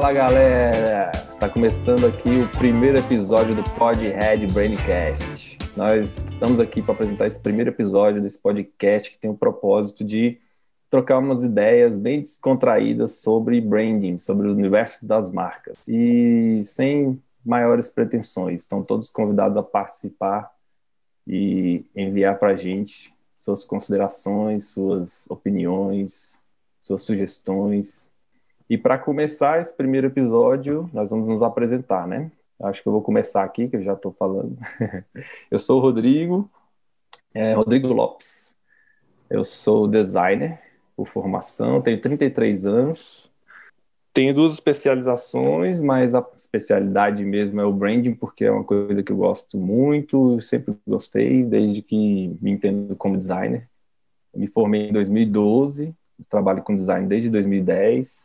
Fala galera, tá começando aqui o primeiro episódio do Podhead Braincast. Nós estamos aqui para apresentar esse primeiro episódio desse podcast que tem o propósito de trocar umas ideias bem descontraídas sobre branding, sobre o universo das marcas e sem maiores pretensões. Estão todos convidados a participar e enviar para a gente suas considerações, suas opiniões, suas sugestões. E para começar esse primeiro episódio, nós vamos nos apresentar, né? Acho que eu vou começar aqui, que eu já estou falando. Eu sou o Rodrigo Lopes. Eu sou designer por formação, tenho 33 anos. Tenho 2 especializações, mas a especialidade mesmo é o branding, porque é uma coisa que eu gosto muito, sempre gostei, desde que me entendo como designer. Me formei em 2012, trabalho com design desde 2010.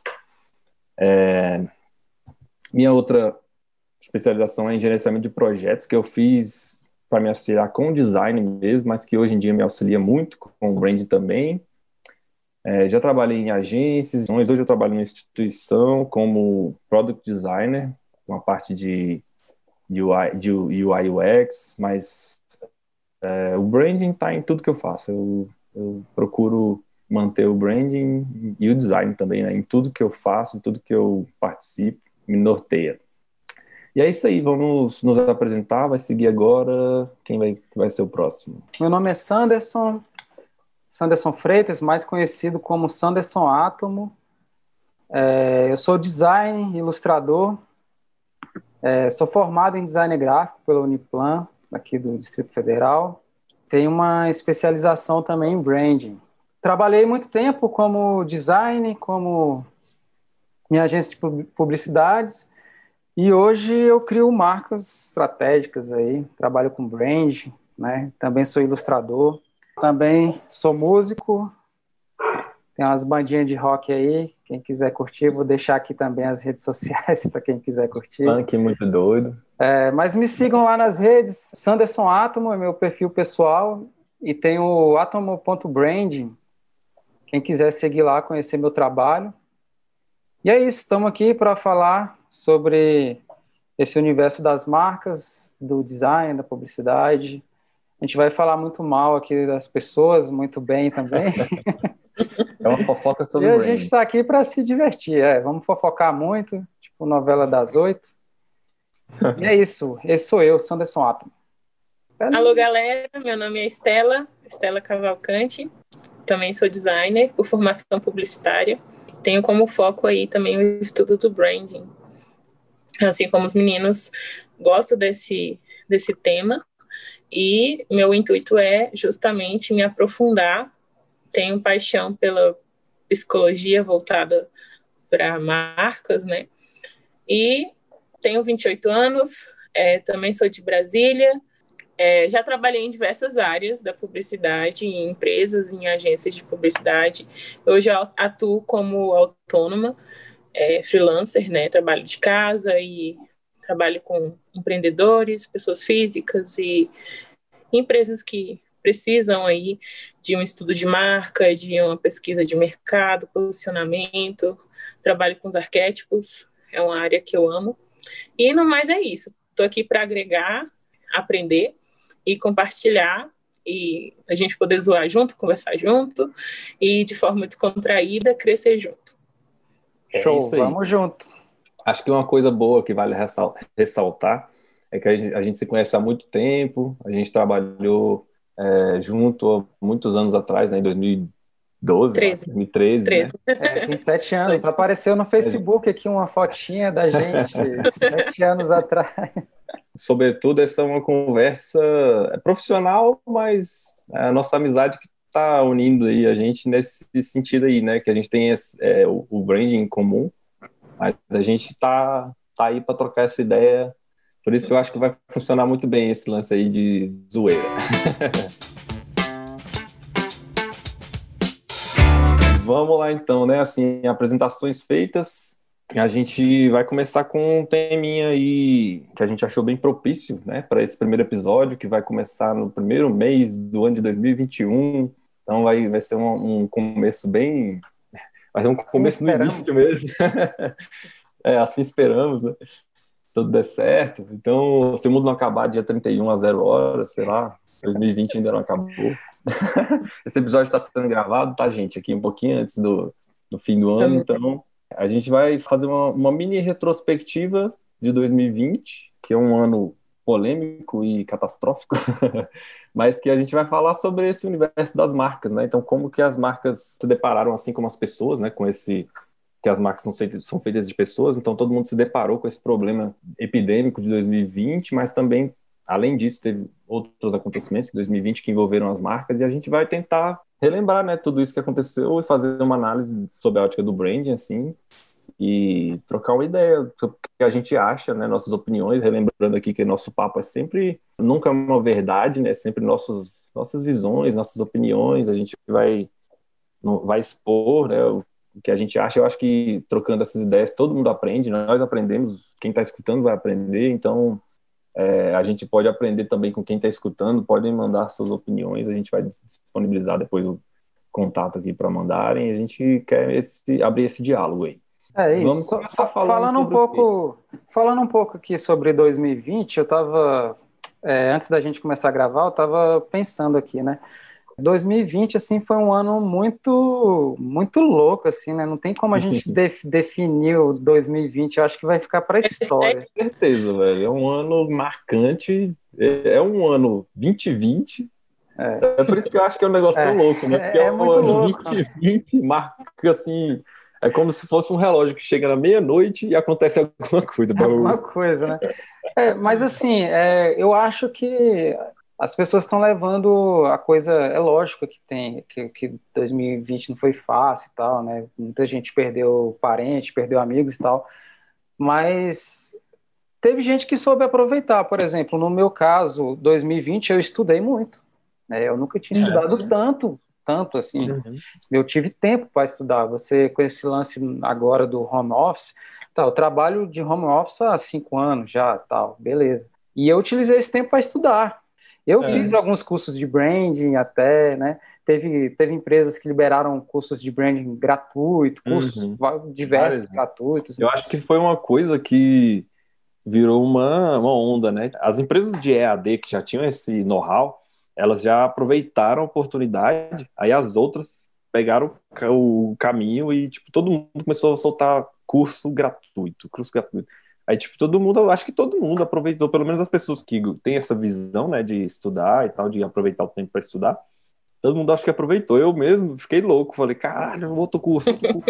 Minha outra especialização é em gerenciamento de projetos, que eu fiz para me auxiliar com design mesmo, mas que hoje em dia me auxilia muito com o branding também. Já trabalhei em agências, hoje eu trabalho numa instituição como Product Designer, com a parte de UI UX, mas o branding está em tudo que eu faço. Eu procuro manter o branding e o design também, né? Em tudo que eu faço, em tudo que eu participo, me norteia. E é isso aí, vamos nos apresentar, vai seguir agora, quem vai ser o próximo? Meu nome é Sanderson Freitas, mais conhecido como Sanderson Átomo. Eu sou designer, ilustrador, sou formado em design gráfico pela Uniplan, aqui do Distrito Federal. Tenho uma especialização também em branding. Trabalhei muito tempo como design, como em agência de publicidades, e hoje eu crio marcas estratégicas aí, trabalho com branding, né? Também sou ilustrador, também sou músico, tem umas bandinhas de rock aí, quem quiser curtir, vou deixar aqui também as redes sociais para quem quiser curtir. Funk muito doido. Mas me sigam lá nas redes, Sanderson Átomo é meu perfil pessoal, e tem o atomo.branding, quem quiser seguir lá, conhecer meu trabalho. E é isso, estamos aqui para falar sobre esse universo das marcas, do design, da publicidade. A gente vai falar muito mal aqui das pessoas, muito bem também. É uma fofoca sobre E a branding. gente está aqui para se divertir, vamos fofocar muito, tipo novela das 8. E é isso, esse sou eu, Sanderson Átomo. Alô, galera, meu nome é Estela Cavalcante, também sou designer por formação publicitária. Tenho como foco aí também o estudo do branding. Assim como os meninos, gosto desse tema e meu intuito é justamente me aprofundar. Tenho paixão pela psicologia voltada para marcas, né? E tenho 28 anos, também sou de Brasília. Já trabalhei em diversas áreas da publicidade, em empresas, em agências de publicidade. Hoje eu atuo como autônoma, freelancer, né? Trabalho de casa e trabalho com empreendedores, pessoas físicas e empresas que precisam aí de um estudo de marca, de uma pesquisa de mercado, posicionamento. Trabalho com os arquétipos, é uma área que eu amo. E no mais é isso. Estou aqui para agregar, aprender e compartilhar, e a gente poder zoar junto, conversar junto, e de forma descontraída, crescer junto. Show, vamos junto. Acho que uma coisa boa que vale ressaltar é que a gente se conhece há muito tempo, a gente trabalhou junto há muitos anos atrás, né, em 2013, né? Tem 7 anos, apareceu no Facebook aqui uma fotinha da gente, 7 anos atrás. Sobretudo, essa é uma conversa profissional, mas a nossa amizade que está unindo aí a gente nesse sentido aí, né? Que a gente tem o branding em comum, mas a gente tá aí para trocar essa ideia. Por isso que eu acho que vai funcionar muito bem esse lance aí de zoeira. Vamos lá então, né? Assim, apresentações feitas. A gente vai começar com um teminha aí que a gente achou bem propício, né, para esse primeiro episódio, que vai começar no primeiro mês do ano de 2021. Então vai ser um começo bem... Vai ser um começo no início mesmo. assim esperamos, né? Tudo der certo. Então, se o mundo não acabar dia 31 às 0 horas, sei lá, 2020 ainda não acabou. Esse episódio está sendo gravado, tá, gente? Aqui um pouquinho antes do fim do ano. Então, a gente vai fazer uma mini retrospectiva de 2020, que é um ano polêmico e catastrófico, mas que a gente vai falar sobre esse universo das marcas, né? Então, como que as marcas se depararam, assim como as pessoas, né? Com esse que as marcas são feitas de pessoas, então todo mundo se deparou com esse problema epidêmico de 2020, mas também, além disso, teve outros acontecimentos de 2020 que envolveram as marcas, e a gente vai tentar relembrar, né, tudo isso que aconteceu e fazer uma análise sobre a ótica do branding, assim, e trocar uma ideia sobre o que a gente acha, né, nossas opiniões, relembrando aqui que nosso papo é sempre, nunca uma verdade, né, sempre nossas visões, nossas opiniões, a gente vai expor, né, o que a gente acha. Eu acho que trocando essas ideias todo mundo aprende, nós aprendemos, quem está escutando vai aprender, então a gente pode aprender também com quem está escutando, podem mandar suas opiniões, a gente vai disponibilizar depois o contato aqui para mandarem, a gente quer abrir esse diálogo aí. Vamos isso. Começar falando um pouco aqui sobre 2020, eu estava, antes da gente começar a gravar, eu estava pensando aqui, né? 2020, assim, foi um ano muito, muito louco, assim, né? Não tem como a gente definir o 2020, eu acho que vai ficar para a história. Com certeza, velho. É um ano marcante, é um ano 2020. É por isso que eu acho que é um negócio tão louco, né? Porque muito ano louco. 2020 marca, assim, é como se fosse um relógio que chega na meia-noite e acontece alguma coisa. Alguma coisa, né? Mas, assim, eu acho que as pessoas estão levando a coisa, é lógico que 2020 não foi fácil e tal, né? Muita gente perdeu parente, perdeu amigos e tal, mas teve gente que soube aproveitar. Por exemplo, no meu caso, 2020 eu estudei muito, né? Eu nunca tinha estudado tanto assim. Eu tive tempo para estudar. Você, com esse lance agora do home office, eu trabalho de home office há 5 anos já, tal, beleza. E eu utilizei esse tempo para estudar. Eu fiz alguns cursos de branding até, né? Teve empresas que liberaram cursos de branding gratuito, cursos diversos gratuitos. Eu acho que foi uma coisa que virou uma onda, né? As empresas de EAD que já tinham esse know-how, elas já aproveitaram a oportunidade, aí as outras pegaram o caminho e, tipo, todo mundo começou a soltar curso gratuito. Aí, tipo, acho que todo mundo aproveitou, pelo menos as pessoas que têm essa visão, né, de estudar e tal, de aproveitar o tempo para estudar, todo mundo acho que aproveitou. Eu mesmo fiquei louco, falei, caralho, outro curso.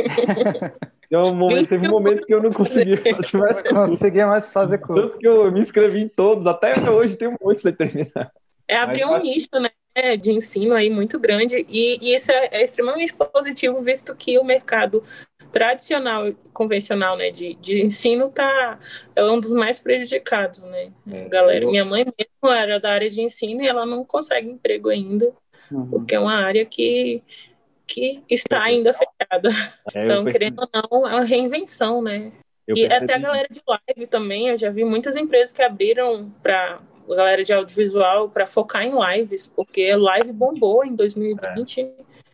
Teve um momento que eu não conseguia mais fazer curso. Tanto que eu me inscrevi em todos, até hoje tem um monte sem terminar. Abrir um nicho, né, de ensino aí muito grande, e isso é extremamente positivo, visto que o mercado tradicional e convencional, né, de ensino é um dos mais prejudicados, né? Galera, minha mãe mesmo era da área de ensino e ela não consegue emprego ainda, porque é uma área que está ainda fechada. Então, querendo ou não, é uma reinvenção, né? E até a galera de live também, eu já vi muitas empresas que abriram para a galera de audiovisual para focar em lives, porque live bombou em 2020.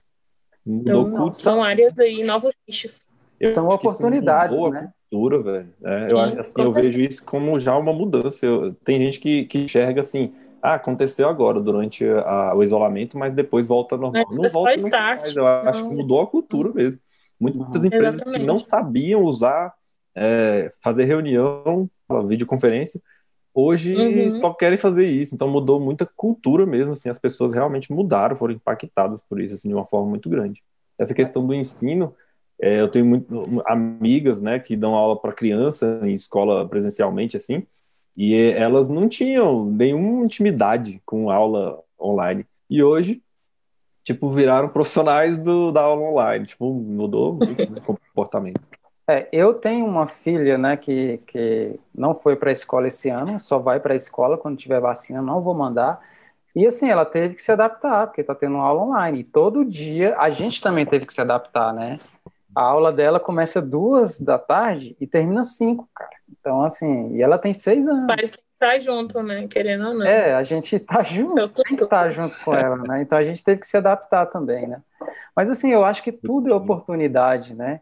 Então, são áreas aí, novos nichos. São oportunidades, né? Cultura, velho. Eu vejo isso como já uma mudança. Tem gente que enxerga assim, aconteceu agora, durante o isolamento, mas depois volta normal. Não volta muito mais. Eu acho que mudou a cultura mesmo. Muitas empresas que não sabiam usar, fazer reunião, videoconferência, hoje só querem fazer isso. Então mudou muita cultura mesmo, assim, as pessoas realmente mudaram, foram impactadas por isso, assim, de uma forma muito grande. Essa questão do ensino, eu tenho amigas, né, que dão aula para criança em escola presencialmente, assim, e elas não tinham nenhuma intimidade com aula online. E hoje, tipo, viraram profissionais da aula online. Tipo, mudou muito o comportamento. Eu tenho uma filha, né, que não foi para a escola esse ano, só vai para a escola quando tiver vacina, não vou mandar. E assim, ela teve que se adaptar, porque está tendo aula online. E todo dia, a gente também teve que se adaptar, né? A aula dela começa 2 da tarde e termina 5, cara. Então, assim, e ela tem 6 anos. Parece que tá junto, né? Querendo ou não. A gente tá junto, tem que estar junto com ela, né? Então a gente teve que se adaptar também, né? Mas assim, eu acho que tudo é oportunidade, né?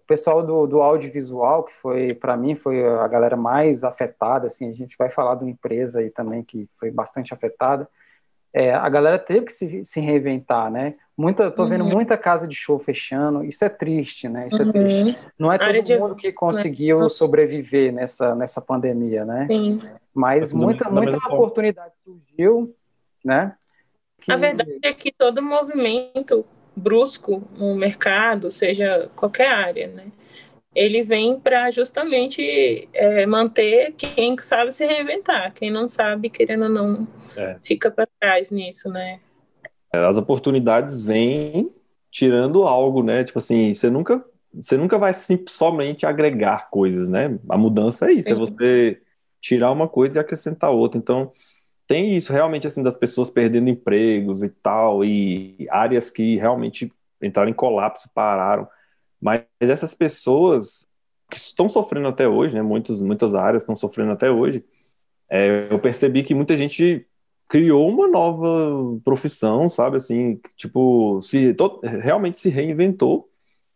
pessoal do audiovisual, que foi, para mim, foi a galera mais afetada, assim, a gente vai falar de uma empresa aí também que foi bastante afetada. A galera teve que se reinventar, né? Tô vendo muita casa de show fechando, isso é triste, né? Isso é triste. Não é todo mundo que conseguiu sobreviver nessa pandemia, né? Sim. Mas muita oportunidade surgiu, né? A verdade é que todo movimento brusco no mercado, seja qualquer área, né? Ele vem para justamente manter quem sabe se reinventar. Quem não sabe, querendo ou não, fica para trás nisso, né? As oportunidades vêm tirando algo, né? Tipo assim, você nunca vai somente agregar coisas, né? A mudança é isso, é você tirar uma coisa e acrescentar outra. Então, tem isso realmente, assim, das pessoas perdendo empregos e tal, e áreas que realmente entraram em colapso, pararam. Mas essas pessoas que estão sofrendo até hoje, né? Muitas áreas estão sofrendo até hoje. Eu percebi que muita gente criou uma nova profissão, sabe? Assim, tipo, realmente se reinventou.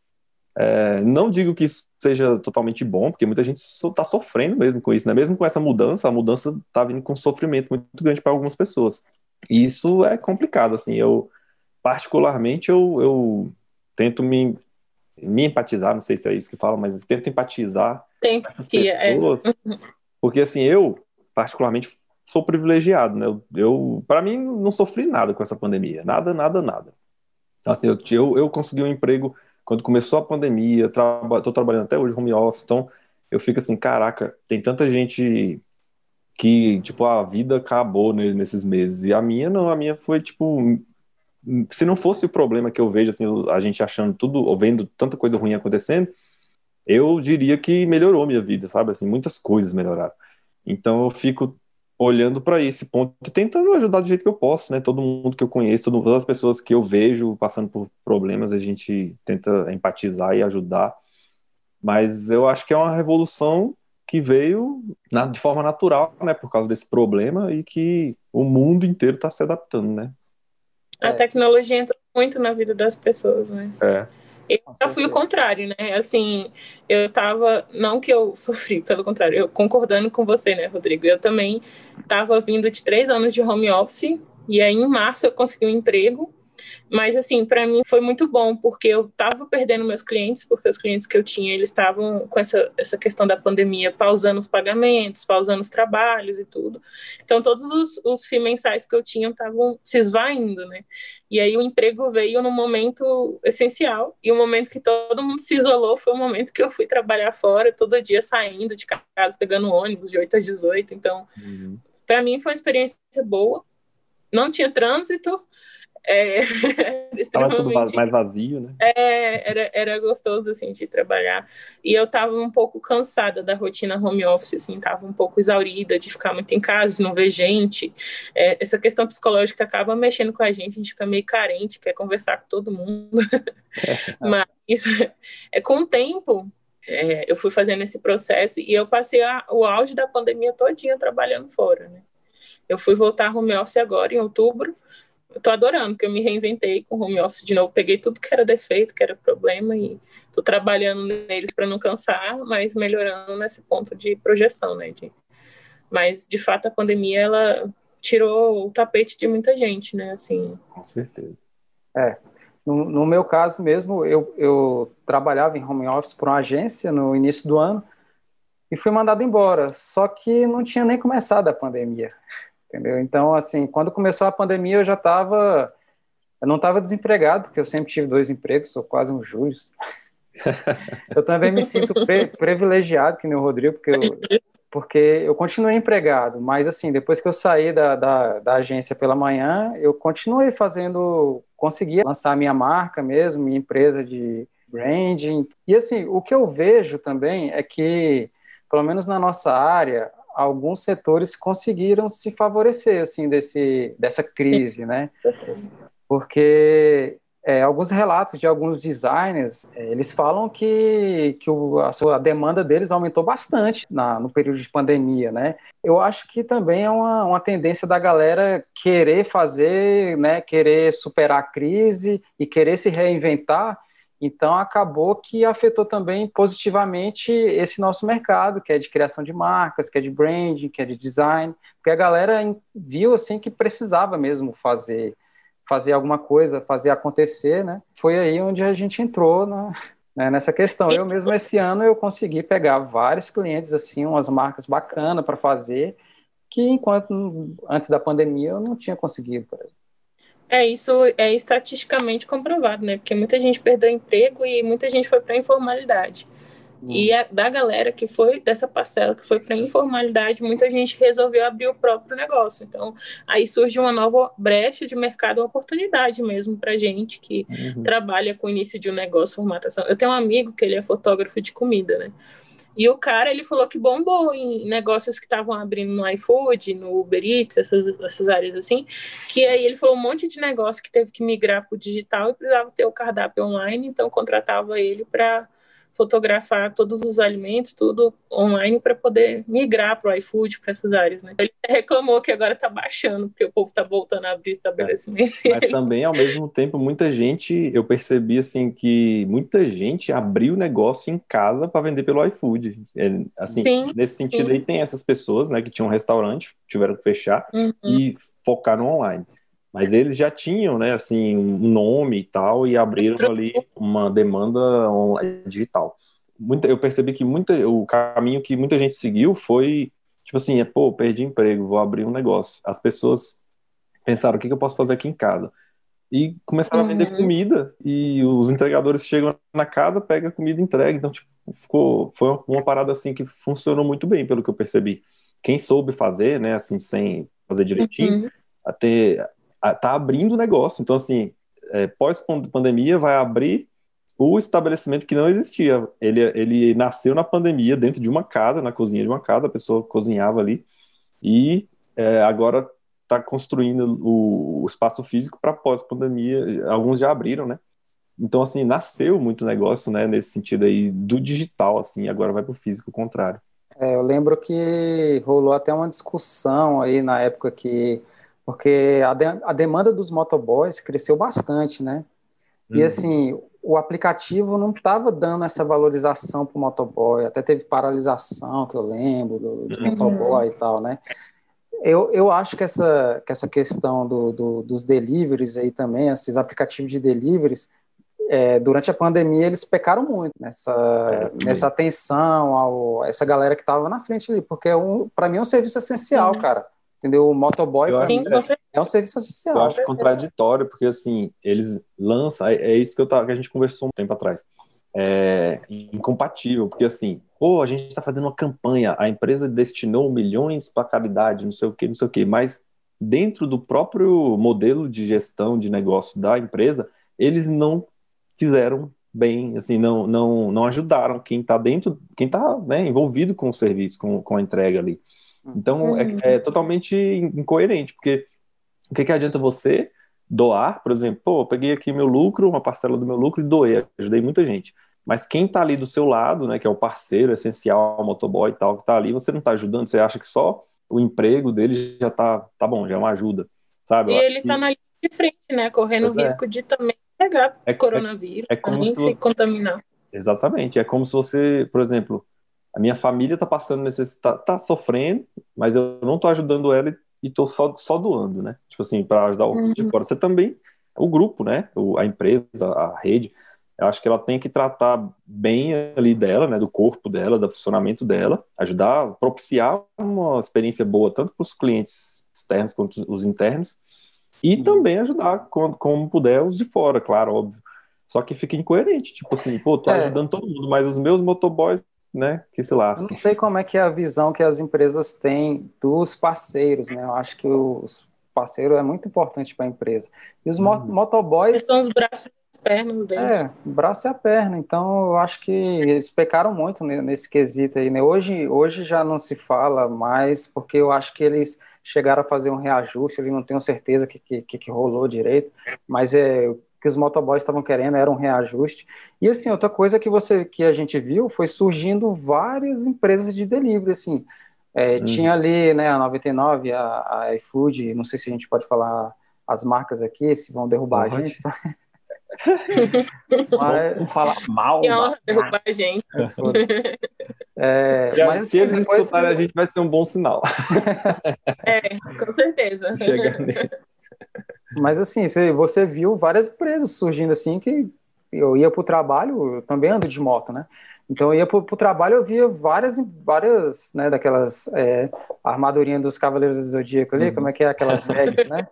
Não digo que isso seja totalmente bom, porque muita gente está sofrendo mesmo com isso, né? Mesmo com essa mudança, a mudança está vindo com um sofrimento muito grande para algumas pessoas. E isso é complicado, assim. Particularmente, eu tento me empatizar, não sei se é isso que fala, mas tento empatizar com essas pessoas, porque, assim, eu, particularmente, sou privilegiado, né? Para mim, não sofri nada com essa pandemia. Nada, nada, nada. Então, assim, eu consegui um emprego quando começou a pandemia, tô trabalhando até hoje home office, então eu fico assim, caraca, tem tanta gente que, tipo, a vida acabou nesses meses, e a minha não, a minha foi, tipo, se não fosse o problema que eu vejo, assim, a gente achando tudo, ou vendo tanta coisa ruim acontecendo, eu diria que melhorou minha vida, sabe? Assim, muitas coisas melhoraram. Então eu fico olhando para esse ponto e tentando ajudar do jeito que eu posso, né? Todo mundo que eu conheço, todas as pessoas que eu vejo passando por problemas, a gente tenta empatizar e ajudar. Mas eu acho que é uma revolução que veio de forma natural, né? Por causa desse problema e que o mundo inteiro está se adaptando, né? A tecnologia entrou muito na vida das pessoas, né? Eu já fui o contrário, né? Assim, eu tava, não que eu sofri, pelo contrário, eu concordando com você, né, Rodrigo? Eu também tava vindo de 3 anos de home office, e aí em março eu consegui um emprego. Mas, assim, para mim foi muito bom, porque eu estava perdendo meus clientes, porque os clientes que eu tinha, eles estavam com essa questão da pandemia, pausando os pagamentos, pausando os trabalhos e tudo. Então, todos os FII mensais que eu tinha estavam se esvaindo, né? E aí o emprego veio num momento essencial, e o momento que todo mundo se isolou foi o momento que eu fui trabalhar fora, todo dia saindo de casa, pegando ônibus de 8 às 18. Então, para mim foi uma experiência boa. Não tinha trânsito, Estava tudo mais vazio, né? Era gostoso, assim, de trabalhar. E eu tava um pouco cansada da rotina home office, assim, tava um pouco exaurida de ficar muito em casa, de não ver gente. Essa questão psicológica acaba mexendo com a gente fica meio carente, quer conversar com todo mundo. Mas com o tempo, eu fui fazendo esse processo e eu passei o auge da pandemia todinha trabalhando fora, né? Eu fui voltar home office agora, em outubro. Eu tô adorando, porque eu me reinventei com home office de novo, peguei tudo que era defeito, que era problema, e tô trabalhando neles para não cansar, mas melhorando nesse ponto de projeção, né? Mas, de fato, a pandemia, ela tirou o tapete de muita gente, né? Assim. Com certeza. No meu caso mesmo, eu trabalhava em home office por uma agência no início do ano e fui mandado embora, só que não tinha nem começado a pandemia. Entendeu? Então, assim, quando começou a pandemia, eu não estava desempregado, porque eu sempre tive 2 empregos, sou quase um Júlio. Eu também me sinto privilegiado, que nem o Rodrigo, porque eu continuei empregado, mas, assim, depois que eu saí da agência pela manhã, eu continuei consegui lançar minha marca mesmo, minha empresa de branding. E, assim, o que eu vejo também é que, pelo menos na nossa área, alguns setores conseguiram se favorecer assim dessa crise, né? Porque alguns relatos de alguns designers, eles falam que a demanda deles aumentou bastante no período de pandemia, né? Eu acho que também é uma tendência da galera querer fazer, né? Querer superar a crise e querer se reinventar. Então, acabou que afetou também positivamente esse nosso mercado, que é de criação de marcas, que é de branding, que é de design, porque a galera viu assim que precisava mesmo fazer alguma coisa, fazer acontecer, né? Foi aí onde a gente entrou nessa questão. Eu mesmo, esse ano, eu consegui pegar vários clientes, assim, umas marcas bacanas para fazer, que antes da pandemia eu não tinha conseguido, por exemplo. Isso é estatisticamente comprovado, né? Porque muita gente perdeu emprego e muita gente foi para a informalidade. E da galera que foi, dessa parcela que foi para a informalidade, muita gente resolveu abrir o próprio negócio. Então, aí surge uma nova brecha de mercado, uma oportunidade mesmo para gente que trabalha com o início de um negócio, formatação. Eu tenho um amigo que ele é fotógrafo de comida, né? E o cara, ele falou que bombou em negócios que estavam abrindo no iFood, no Uber Eats, essas áreas assim, que aí ele falou um monte de negócio que teve que migrar para o digital e precisava ter o cardápio online, então contratava ele para fotografar todos os alimentos, tudo online, para poder migrar para o iFood, para essas áreas, né? Ele reclamou que agora está baixando, porque o povo está voltando a abrir estabelecimento. Mas também, ao mesmo tempo, eu percebi assim que muita gente abriu negócio em casa para vender pelo iFood. Assim, sim, nesse sentido aí tem essas pessoas, né, que tinham um restaurante, tiveram que fechar e focaram online. Mas eles já tinham, né, assim, um nome e tal, e abriram ali uma demanda digital. Eu percebi que o caminho que muita gente seguiu foi, tipo assim, perdi emprego, vou abrir um negócio. As pessoas pensaram, o que eu posso fazer aqui em casa? E começaram a vender comida, e os entregadores chegam na casa, pegam a comida e entregam. Então, tipo, foi uma parada assim que funcionou muito bem, pelo que eu percebi. Quem soube fazer, né, assim, sem fazer direitinho, tá abrindo o negócio. Então, assim, pós-pandemia vai abrir o estabelecimento que não existia. Ele nasceu na pandemia, dentro de uma casa, na cozinha de uma casa, a pessoa cozinhava ali, e agora está construindo o espaço físico para pós-pandemia. Alguns já abriram, né? Então, assim, nasceu muito negócio, né, nesse sentido aí do digital, assim, agora vai para o físico, o contrário. Eu lembro que rolou até uma discussão aí na época porque a demanda dos motoboys cresceu bastante, né? E assim, o aplicativo não estava dando essa valorização para o motoboy, até teve paralisação, que eu lembro, de motoboy e tal, né? Eu acho que essa questão dos deliveries aí também, esses aplicativos de deliveries, durante a pandemia eles pecaram muito nessa atenção a essa galera que estava na frente ali, porque para mim é um serviço essencial, cara. Entendeu? O motoboy é um serviço essencial. Eu acho contraditório, porque assim, eles lançam, é isso que a gente conversou um tempo atrás. Incompatível, porque assim, a gente está fazendo uma campanha, a empresa destinou milhões para caridade, não sei o que, mas dentro do próprio modelo de gestão de negócio da empresa, eles não fizeram bem, assim, não ajudaram quem está dentro, quem está, né, envolvido com o serviço, com a entrega ali. Então, é totalmente incoerente, porque o que adianta você doar, por exemplo, eu peguei aqui meu lucro, uma parcela do meu lucro e doei, ajudei muita gente. Mas quem está ali do seu lado, né, que é o parceiro essencial, o motoboy e tal, que está ali, você não está ajudando, você acha que só o emprego dele já tá bom, já é uma ajuda, sabe? E ele está na linha de frente, né, correndo o risco de também pegar coronavírus, também se contaminar. Exatamente, é como se você, por exemplo, a minha família está passando necessidade, tá sofrendo, mas eu não estou ajudando ela e estou só doando, né? Tipo assim, para ajudar o de fora. Você também, o grupo, né? A empresa, a rede, eu acho que ela tem que tratar bem ali dela, né? Do corpo dela, do funcionamento dela, ajudar, propiciar uma experiência boa, tanto para os clientes externos quanto os internos, e também ajudar, como puder, os de fora, claro, óbvio. Só que fica incoerente, tipo assim, tô ajudando todo mundo, mas os meus motoboys, né, que se lasquem. Eu não sei como é que é a visão que as empresas têm dos parceiros, né? Eu acho que os parceiros é muito importante para a empresa. E os motoboys... Eles são os braços e as pernas deles. O braço e a perna. Então, eu acho que eles pecaram muito nesse quesito aí, né? Hoje já não se fala mais, porque eu acho que eles chegaram a fazer um reajuste, eu não tenho certeza que rolou direito, mas que os motoboys estavam querendo era um reajuste. E assim, outra coisa que a gente viu foi surgindo várias empresas de delivery, assim. Tinha ali, né, a 99, a iFood, não sei se a gente pode falar as marcas aqui, se vão derrubar a gente. Vamos falar mal. Que honra derrubar a gente. Mas se eles escutarem, a gente vai ser um bom sinal. Com certeza. Chegar neles. Mas assim, você viu várias empresas surgindo assim, que eu ia para o trabalho, eu também ando de moto, né? Então eu ia para o trabalho, eu via várias, né, daquelas armadurinhas dos Cavaleiros do Zodíaco ali, como é que é, aquelas bags, né?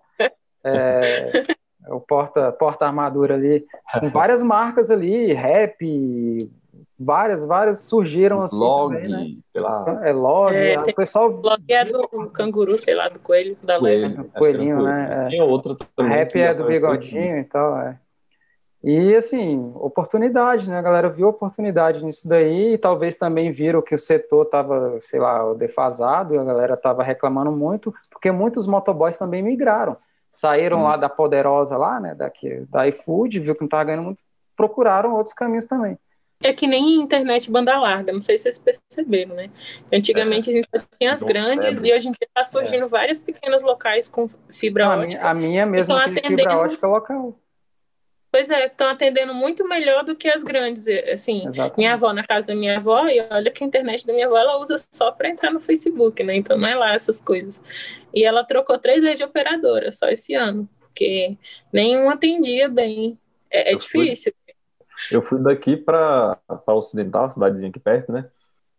O porta-armadura ali, com várias marcas ali, Rap, várias surgiram assim Log, também, né? sei lá. Log, o pessoal... Log é do canguru, sei lá, do coelho, da leve. Coelhinho, né? Tem outra também. Rap é do bigodinho e tal, E, assim, oportunidade, né? A galera viu oportunidade nisso daí e talvez também viram que o setor estava, sei lá, defasado e a galera estava reclamando muito, porque muitos motoboys também migraram. Saíram lá da Poderosa, lá, né? Da iFood, viu que não estava ganhando muito, procuraram outros caminhos também. É que nem internet banda larga, não sei se vocês perceberam, né? Antigamente a gente tinha as grandes e hoje em dia está surgindo vários pequenos locais com fibra ótica. A minha mesmo tem fibra ótica local. Pois é, estão atendendo muito melhor do que as grandes. Assim, minha avó, na casa da minha avó, e olha que a internet da minha avó ela usa só para entrar no Facebook, né? Então não é lá essas coisas. E ela trocou 3 vezes de operadora só esse ano, porque nenhum atendia bem. É difícil. Eu fui daqui para Ocidental, cidadezinha aqui perto, né?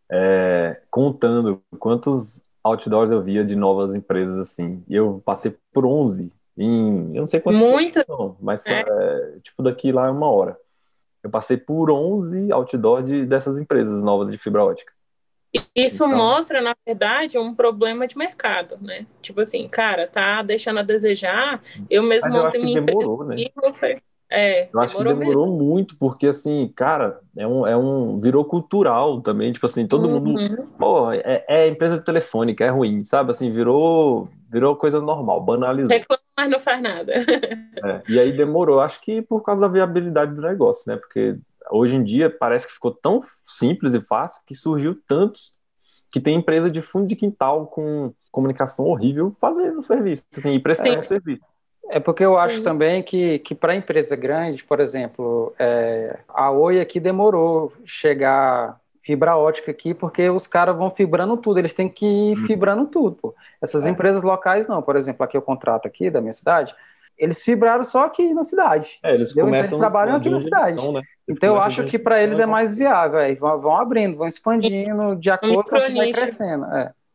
Contando quantos outdoors eu via de novas empresas assim. E eu passei por 11. Eu não sei quantas são, mas tipo daqui lá é 1 hora. Eu passei por 11 outdoors dessas empresas novas de fibra ótica. Isso mostra, na verdade, um problema de mercado, né? Tipo assim, cara, tá deixando a desejar. Eu mesmo montei minha empresa. Demorou, né? Eu acho que demorou muito, porque assim, cara, virou cultural também, tipo assim, todo mundo, pô, empresa telefônica, é ruim, sabe, assim, virou coisa normal, banalizou. Reclama, mas não faz nada. E aí demorou, acho que por causa da viabilidade do negócio, né, porque hoje em dia parece que ficou tão simples e fácil que surgiu tantos, que tem empresa de fundo de quintal com comunicação horrível fazendo serviço, assim, e prestando serviço. É porque eu acho também que para empresa grande, por exemplo, a Oi aqui demorou chegar fibra ótica aqui, porque os caras vão fibrando tudo, eles têm que ir fibrando tudo. Pô. Essas empresas locais não, por exemplo, aqui eu contrato aqui da minha cidade, eles fibraram só aqui na cidade. Eles trabalham aqui na cidade. Né? Então eu acho que para eles é mais viável, vão abrindo, vão expandindo de acordo com o que vai crescendo.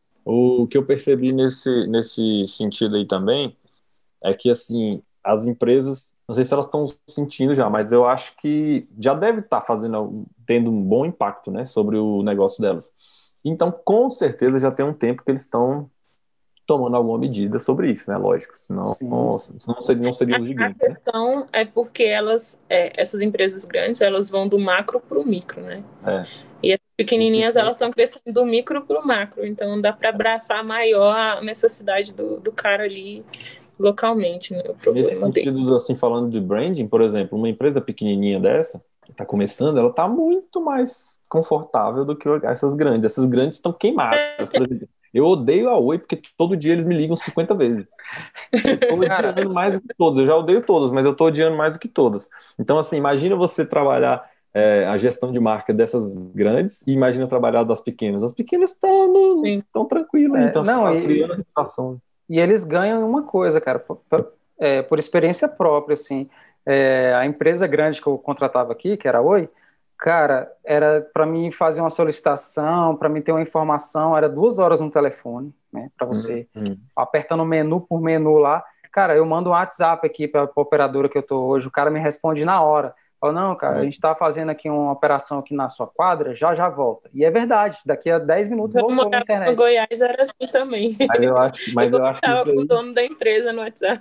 O que eu percebi nesse sentido aí também é que, assim, as empresas, não sei se elas estão sentindo já, mas eu acho que já deve estar tendo um bom impacto, né, sobre o negócio delas. Então, com certeza, já tem um tempo que eles estão tomando alguma medida sobre isso, né, lógico, senão não seriam os gigantes. A questão é porque essas empresas grandes, elas vão do macro para o micro, né? E as pequenininhas, elas estão crescendo do micro para o macro, então dá para abraçar maior a necessidade do cara ali localmente, né? Nesse sentido, assim, falando de branding, por exemplo, uma empresa pequenininha dessa, que está começando, ela está muito mais confortável do que essas grandes. Essas grandes estão queimadas, por exemplo. Eu odeio a Oi, porque todo dia eles me ligam 50 vezes. Eu tô odiando mais do que todos. Eu já odeio todas, mas eu tô odiando mais do que todas. Então, assim, imagina você trabalhar a gestão de marca dessas grandes e imagina trabalhar das pequenas. As pequenas estão tranquilas, então criando a reputação. E eles ganham uma coisa, cara, por experiência própria, assim. A empresa grande que eu contratava aqui, que era a Oi, cara, era para mim fazer uma solicitação, para mim ter uma informação, era 2 horas no telefone, né, para você apertando menu por menu lá. Cara, eu mando um WhatsApp aqui para a operadora que eu tô hoje, o cara me responde na hora. Fala, não, cara, a gente tá fazendo aqui uma operação aqui na sua quadra, já volta. E é verdade, daqui a 10 minutos voltou na internet. No Goiás era assim também. Mas eu acho que tava com o dono da empresa no WhatsApp.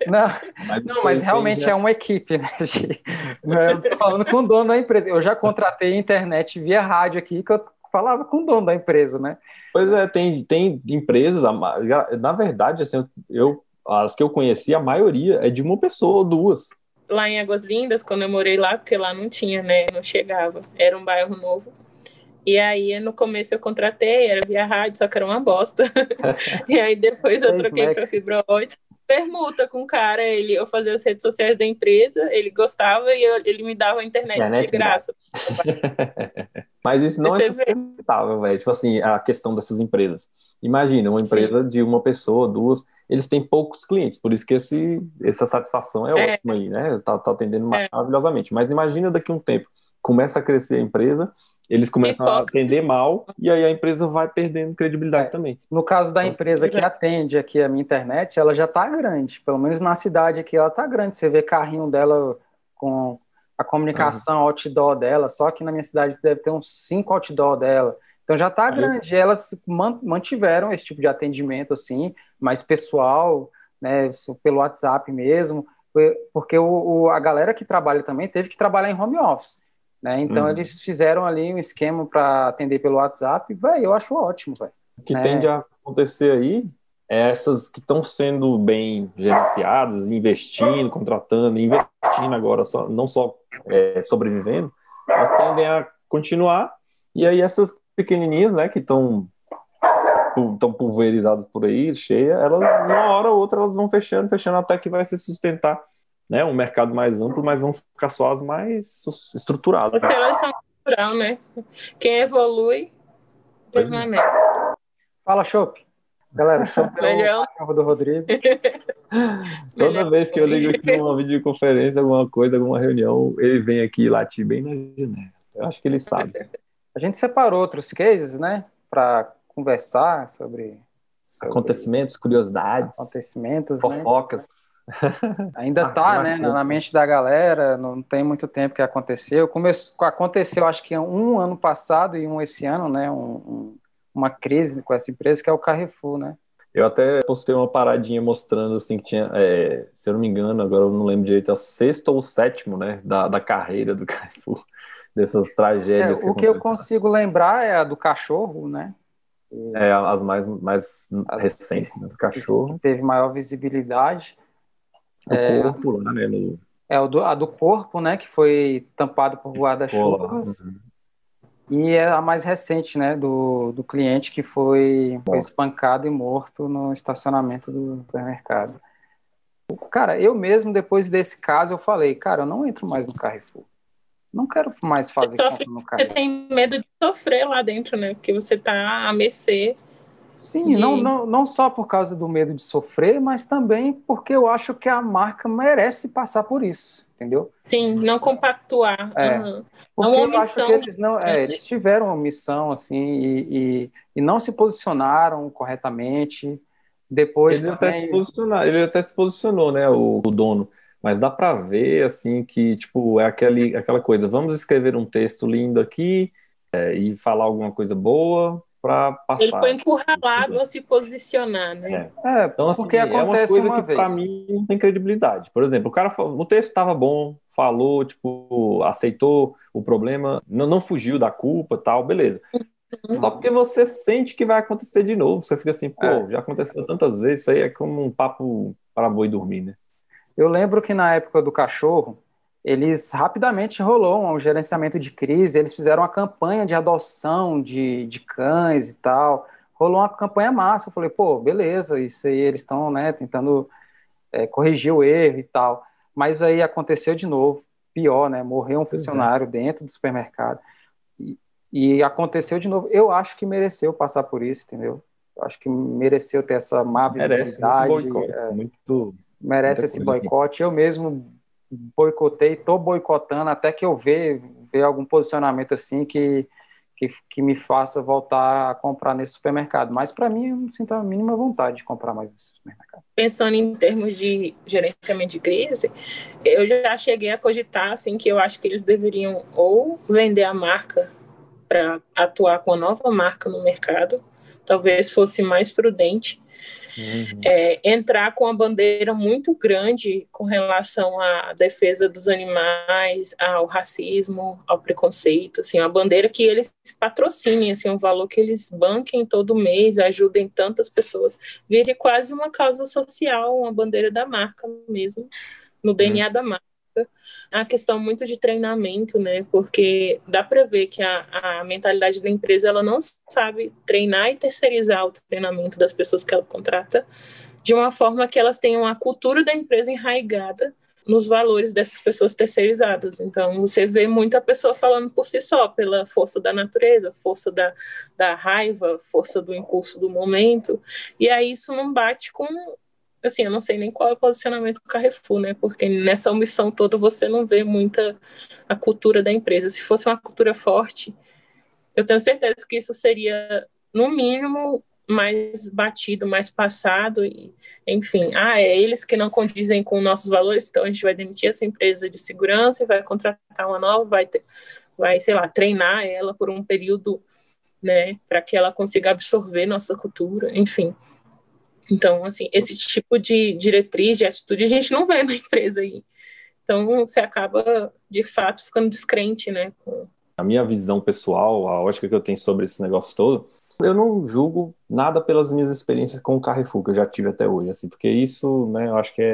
Mas realmente é uma equipe, né? Eu tô falando com o dono da empresa. Eu já contratei internet via rádio aqui, que eu falava com o dono da empresa, né? Pois é, tem empresas, na verdade, assim, as que eu conheci, a maioria é de uma pessoa ou 2. Lá em Águas Lindas, quando eu morei lá, porque lá não tinha, né? Não chegava. Era um bairro novo. E aí, no começo eu contratei, era via rádio, só que era uma bosta. E aí depois eu troquei para fibra ótica. permuta com o cara, eu fazia as redes sociais da empresa, ele gostava e ele me dava a internet de graça. Mas isso não é sustentável, velho. Tipo assim, a questão dessas empresas. Imagina, uma empresa de uma pessoa, duas, eles têm poucos clientes, por isso que essa satisfação é ótima aí, né? Tá atendendo maravilhosamente. Mas imagina daqui a um tempo, começa a crescer a empresa, eles começam a atender mal, e aí a empresa vai perdendo credibilidade também. No caso da empresa que atende aqui a minha internet, ela já tá grande, pelo menos na cidade aqui ela tá grande. Você vê carrinho dela com a comunicação outdoor dela, só que na minha cidade deve ter uns 5 outdoor dela. Então já tá grande. Elas mantiveram esse tipo de atendimento assim, mais pessoal, né, pelo WhatsApp mesmo, porque a galera que trabalha também teve que trabalhar em home office, né? Então eles fizeram ali um esquema para atender pelo WhatsApp, velho, eu acho ótimo, velho. O que tende a acontecer aí é essas que estão sendo bem gerenciadas, investindo agora, não só sobrevivendo, mas tendem a continuar, e aí essas pequenininhas, né, que estão pulverizadas por aí, cheias, elas, uma hora ou outra, elas vão fechando até que vai se sustentar, né, um mercado mais amplo, mas vão ficar só as mais estruturadas. A seleção natural, né? Quem evolui permanece. Fala, Chopp. Galera, o Chopp é o cachorro do Rodrigo. Toda vez que eu ligo aqui numa videoconferência, alguma coisa, alguma reunião, ele vem aqui latir bem na janela. Eu acho que ele sabe. A gente separou outros cases, né, para conversar sobre acontecimentos, curiosidades, fofocas. Né? Ainda tá, né, na mente da galera, não tem muito tempo que aconteceu. Aconteceu, acho que um ano passado e esse ano, né, uma crise com essa empresa que é o Carrefour, né? Eu até postei uma paradinha mostrando, assim, que tinha, se eu não me engano, agora eu não lembro direito, é o 6º ou 7º, né, da carreira do Carrefour. Dessas tragédias. O que eu consigo lembrar é a do cachorro, né? As mais recentes, né? Do cachorro. Que teve maior visibilidade. Do corpo lá, né? A do corpo, né? Que foi tampado por guarda-chuvas. E é a mais recente, né? Do cliente que foi espancado e morto no estacionamento do supermercado. Cara, eu mesmo, depois desse caso, eu falei, cara, eu não entro mais no Carrefour. Não quero mais fazer compra no Carrefour. Você tem medo de sofrer lá dentro, né? Porque você tá a mercê. Sim, não só por causa do medo de sofrer, mas também porque eu acho que a marca merece passar por isso, entendeu? Sim, não compactuar. Porque eu acho que eles tiveram uma missão, assim, e não se posicionaram corretamente. Depois ele até se posicionou, né, o dono. Mas dá para ver, assim, que, tipo, é aquela coisa, vamos escrever um texto lindo aqui e falar alguma coisa boa para passar. Ele foi encurralado a se posicionar, né? Então, assim, porque acontece é uma coisa que, para mim, não tem credibilidade. Por exemplo, o texto estava bom, falou, tipo, aceitou o problema, não fugiu da culpa, tal, beleza. Só porque você sente que vai acontecer de novo. Você fica assim, já aconteceu tantas vezes, isso aí é como um papo para boi dormir, né? Eu lembro que na época do cachorro, eles rapidamente rolou um gerenciamento de crise, eles fizeram uma campanha de adoção de cães e tal, rolou uma campanha massa. Eu falei, pô, beleza, isso aí eles estão, né, tentando corrigir o erro e tal. Mas aí aconteceu de novo, pior, né, morreu um funcionário dentro do supermercado. E aconteceu de novo. Eu acho que mereceu passar por isso, entendeu? Eu acho que mereceu ter essa má visibilidade. Merece esse boicote. Eu mesmo boicotei, estou boicotando até que eu ver algum posicionamento assim que me faça voltar a comprar nesse supermercado. Mas para mim, eu não sinto a mínima vontade de comprar mais nesse supermercado. Pensando em termos de gerenciamento de crise, eu já cheguei a cogitar assim, que eu acho que eles deveriam ou vender a marca para atuar com a nova marca no mercado, talvez fosse mais prudente. Entrar com uma bandeira muito grande com relação à defesa dos animais, ao racismo, ao preconceito, assim, uma bandeira que eles patrocinem, assim, um valor que eles banquem todo mês, ajudem tantas pessoas, vire quase uma causa social, uma bandeira da marca mesmo, no DNA da marca. É uma questão muito de treinamento, né? Porque dá para ver que a mentalidade da empresa, ela não sabe treinar e terceirizar o treinamento das pessoas que ela contrata de uma forma que elas tenham a cultura da empresa enraigada nos valores dessas pessoas terceirizadas. Então, você vê muita pessoa falando por si só, pela força da natureza, força da raiva, força do impulso do momento, e aí isso não bate com, assim, eu não sei nem qual é o posicionamento do Carrefour, né, porque nessa omissão toda você não vê muita a cultura da empresa. Se fosse uma cultura forte, eu tenho certeza que isso seria, no mínimo, mais batido, mais passado, e, enfim, é eles que não condizem com nossos valores, então a gente vai demitir essa empresa de segurança e vai contratar uma nova, vai, sei lá, treinar ela por um período, né, para que ela consiga absorver nossa cultura, enfim. Então, assim, esse tipo de diretriz, de atitude, a gente não vê na empresa aí. Então, você acaba, de fato, ficando descrente, né, com... A minha visão pessoal, a ótica que eu tenho sobre esse negócio todo, eu não julgo nada pelas minhas experiências com o Carrefour, que eu já tive até hoje, assim, porque isso, né, eu acho que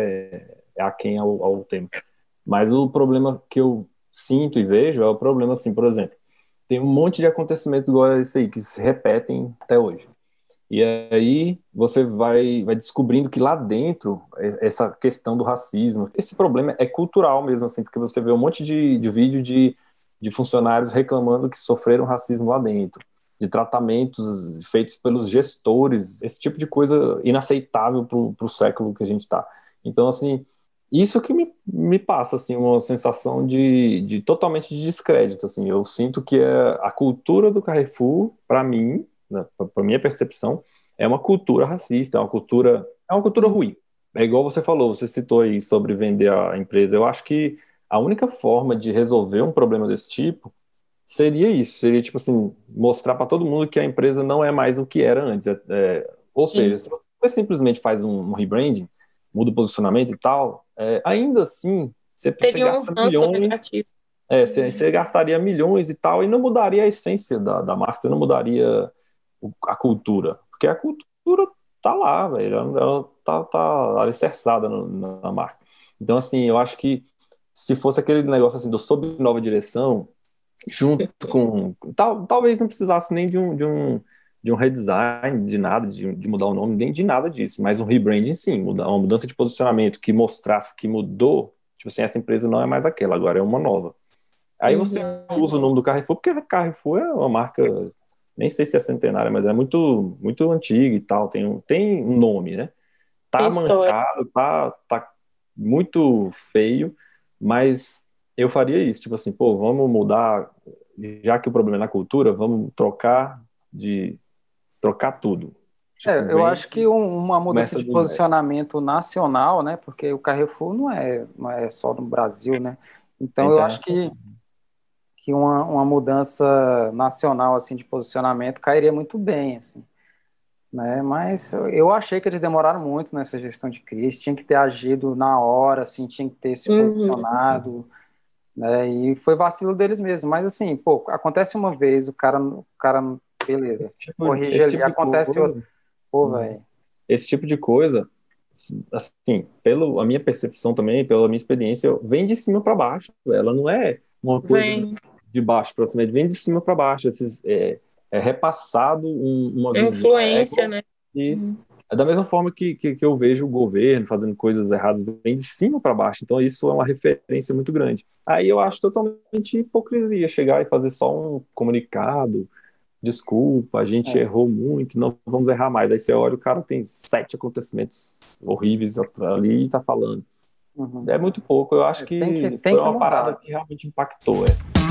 é aquém ao tempo. Mas o problema que eu sinto e vejo é o problema, assim, por exemplo, tem um monte de acontecimentos igual a esse aí, que se repetem até hoje. E aí você vai descobrindo que lá dentro, essa questão do racismo, esse problema é cultural mesmo, assim, porque você vê um monte de vídeo de funcionários reclamando que sofreram racismo lá dentro, de tratamentos feitos pelos gestores, esse tipo de coisa inaceitável para o século que a gente está. Então, assim, isso que me passa, assim, uma sensação de totalmente de descrédito, assim. Eu sinto que a cultura do Carrefour, para mim, né, para minha percepção, é uma cultura racista, é uma cultura ruim. É igual você falou, você citou aí sobre vender a empresa. Eu acho que a única forma de resolver um problema desse tipo seria isso, seria tipo assim, mostrar para todo mundo que a empresa não é mais o que era antes. Ou seja, se você simplesmente faz um rebranding, muda o posicionamento e tal, ainda assim, você Teria um gasta ranço milhões, negativo. você gastaria milhões e tal, e não mudaria a essência da marca, você não mudaria a cultura, porque a cultura tá lá, velho, ela tá alicerçada na marca. Então, assim, eu acho que se fosse aquele negócio assim do sob nova direção, junto com. Talvez não precisasse nem de um redesign, de nada, de mudar o nome, nem de nada disso, mas um rebranding sim, uma mudança de posicionamento que mostrasse que mudou, tipo assim, essa empresa não é mais aquela, agora é uma nova. Aí você usa o nome do Carrefour, porque a Carrefour é uma marca, nem sei se é centenária, mas é muito, muito antiga e tal, tem um nome, né? Tá manchado, tá muito feio, mas eu faria isso, tipo assim, pô, vamos mudar, já que o problema é na cultura, vamos trocar tudo. Tipo, Eu acho que uma mudança começa de do zero. posicionamento nacional, né? Porque o Carrefour não é só no Brasil, né? É Então eu acho que uma mudança nacional assim de posicionamento cairia muito bem, assim, né? Mas eu achei que eles demoraram muito nessa gestão de crise, tinha que ter agido na hora, assim, tinha que ter se posicionado, né? E foi vacilo deles mesmo. Mas assim, pô, acontece uma vez, o cara beleza, corrige Esse ali, tipo de acontece coisa, outro, pô, velho. esse tipo de coisa, assim, pela a minha percepção também, pela minha experiência, vem de cima para baixo. Ela não é uma coisa Vem de baixo para cima, vem de cima para baixo. É repassado uma visão. influência, né? Isso. É da mesma forma que eu vejo o governo fazendo coisas erradas, vem de cima para baixo. Então, isso é uma referência muito grande. Aí eu acho totalmente hipocrisia chegar e fazer só um comunicado. Desculpa, a gente errou muito, não vamos errar mais. Aí você olha, o cara tem 7 acontecimentos horríveis ali e tá falando. É muito pouco. Eu acho que tem foi que uma parada mudar. que realmente impactou.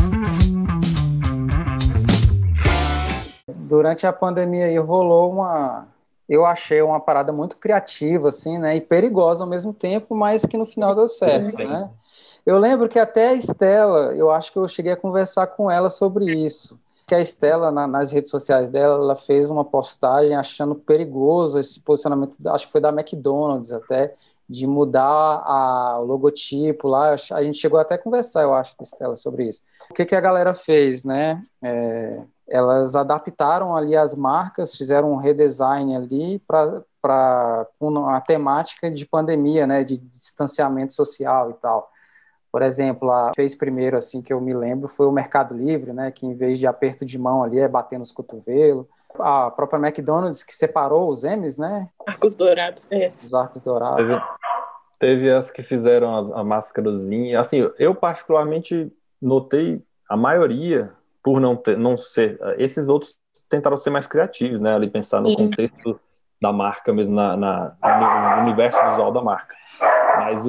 Durante a pandemia aí rolou eu achei uma parada muito criativa, assim, né, e perigosa ao mesmo tempo, mas que no final deu certo, né? Eu lembro que até a Estela, eu acho que eu cheguei a conversar com ela sobre isso, que a Estela, nas redes sociais dela, ela fez uma postagem achando perigoso esse posicionamento, acho que foi da McDonald's até, de mudar o logotipo lá, a gente chegou até a conversar, eu acho, com a Estela, sobre isso. O que a galera fez, né? Elas adaptaram ali as marcas, fizeram um redesign ali com a temática de pandemia, né, de distanciamento social e tal. Por exemplo, a fez primeiro, assim, que eu me lembro, foi o Mercado Livre, né, que em vez de aperto de mão ali, é bater nos cotovelos. A própria McDonald's, que separou os M's, né, Arcos dourados, os arcos dourados. Teve as que fizeram a máscarazinha. Assim, eu particularmente notei a maioria, por não ser. Esses outros tentaram ser mais criativos, né? Ali pensar no sim. contexto da marca mesmo, no universo visual da marca. Mas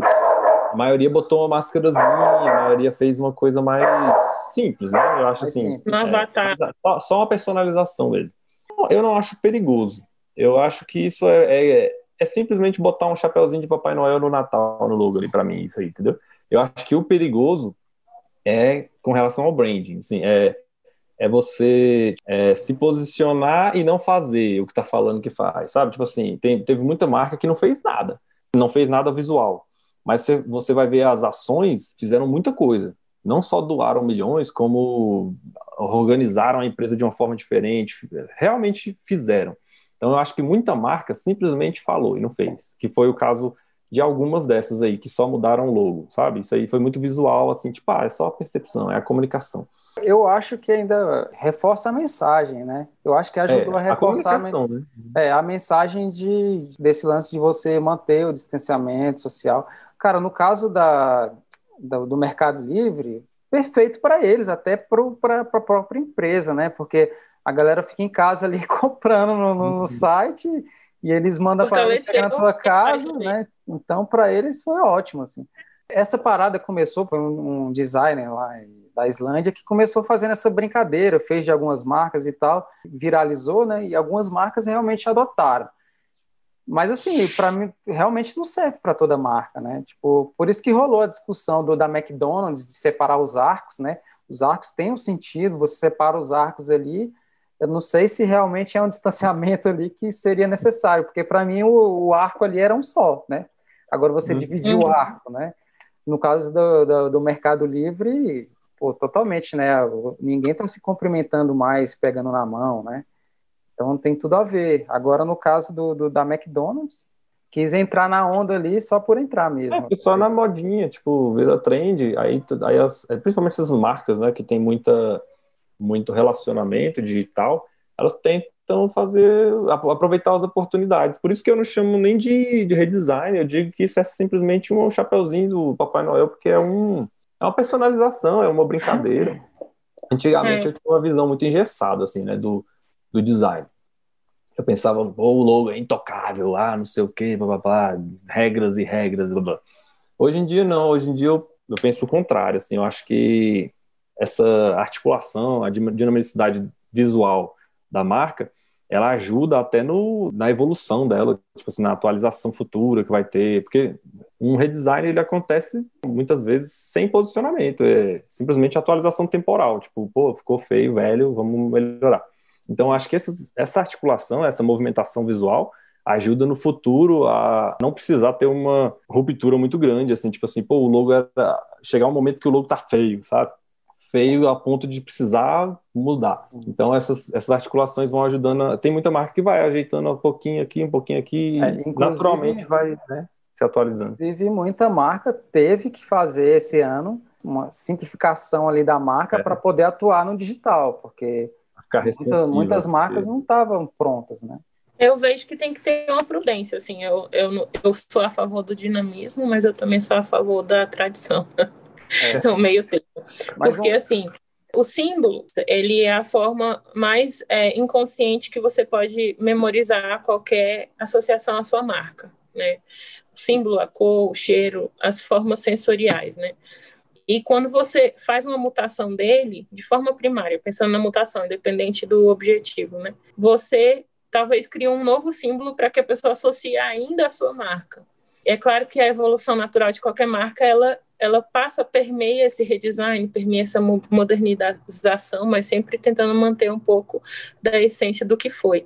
a maioria botou uma máscarazinha, a maioria fez uma coisa mais simples, né? Eu acho Mais assim, simples. No avatar. só uma personalização mesmo. Eu não acho perigoso. Eu acho que isso é simplesmente botar um chapeuzinho de Papai Noel no Natal, no logo ali, pra mim, isso aí, entendeu? Eu acho que o perigoso é com relação ao branding, assim, é você se posicionar e não fazer o que tá falando que faz, sabe? Tipo assim, teve muita marca que não fez nada visual, mas você vai ver as ações fizeram muita coisa, não só doaram milhões, como organizaram a empresa de uma forma diferente, realmente fizeram. Então eu acho que muita marca simplesmente falou e não fez, que foi o caso de algumas dessas aí, que só mudaram o logo, sabe? Isso aí foi muito visual, assim, tipo, é só a percepção, é a comunicação. Eu acho que ainda reforça a mensagem, né? Eu acho que ajudou a A reforçar comunicação, né? a mensagem desse lance de você manter o distanciamento social. Cara, no caso do Mercado Livre, perfeito para eles, até para a própria empresa, né? Porque a galera fica em casa ali comprando no site e eles mandam para entregar na Fortaleceu tua a casa, página dele. né? Então, para eles foi ótimo, assim. Essa parada começou por um designer lá da Islândia que começou fazendo essa brincadeira, fez de algumas marcas e tal, viralizou, né? E algumas marcas realmente adotaram. Mas assim, para mim realmente não serve para toda marca, né? Tipo, por isso que rolou a discussão da McDonald's de separar os arcos, né? Os arcos têm um sentido, você separa os arcos ali. Eu não sei se realmente é um distanciamento ali que seria necessário, porque para mim o arco ali era um só, né? Agora você dividiu o arco, né? No caso do Mercado Livre, pô, totalmente, né? Ninguém está se cumprimentando mais, pegando na mão, né? Então tem tudo a ver. Agora, no caso da McDonald's, quis entrar na onda ali só por entrar mesmo. Só na modinha, tipo, vira trend, principalmente essas marcas, né, que tem muito relacionamento digital, elas tentam aproveitar as oportunidades. Por isso que eu não chamo nem de redesign, eu digo que isso é simplesmente um chapeuzinho do Papai Noel, porque é uma personalização, é uma brincadeira. Antigamente eu tinha uma visão muito engessada, assim, né, do design. Eu pensava, o logo é intocável, não sei o quê, blá, blá, blá, regras e regras, blá, blá. Hoje em dia, não. Hoje em dia, eu penso o contrário, assim. Eu acho que essa articulação, a dinamicidade visual da marca, ela ajuda até na evolução dela, tipo assim, na atualização futura que vai ter. Porque um redesign, ele acontece muitas vezes sem posicionamento. É simplesmente atualização temporal. Tipo, pô, ficou feio, velho, vamos melhorar. Então, acho que essa articulação, essa movimentação visual ajuda no futuro a não precisar ter uma ruptura muito grande, assim, tipo assim, pô, o logo chegar um momento que o logo tá feio, sabe? Feio a ponto de precisar mudar. Então, essas articulações vão ajudando. Tem muita marca que vai ajeitando um pouquinho aqui, e naturalmente vai, né, se atualizando. Inclusive, muita marca teve que fazer esse ano uma simplificação ali da marca para poder atuar no digital, porque muitas marcas não estavam prontas, né? Eu vejo que tem que ter uma prudência, assim, eu sou a favor do dinamismo, mas eu também sou a favor da tradição, o meio termo, porque assim, o símbolo, ele é a forma mais inconsciente que você pode memorizar qualquer associação à sua marca, né? O símbolo, a cor, o cheiro, as formas sensoriais, né? E quando você faz uma mutação dele, de forma primária, pensando na mutação, independente do objetivo, né? Você talvez crie um novo símbolo para que a pessoa associe ainda a sua marca. É claro que a evolução natural de qualquer marca, ela permeia esse redesign, permeia essa modernização, mas sempre tentando manter um pouco da essência do que foi.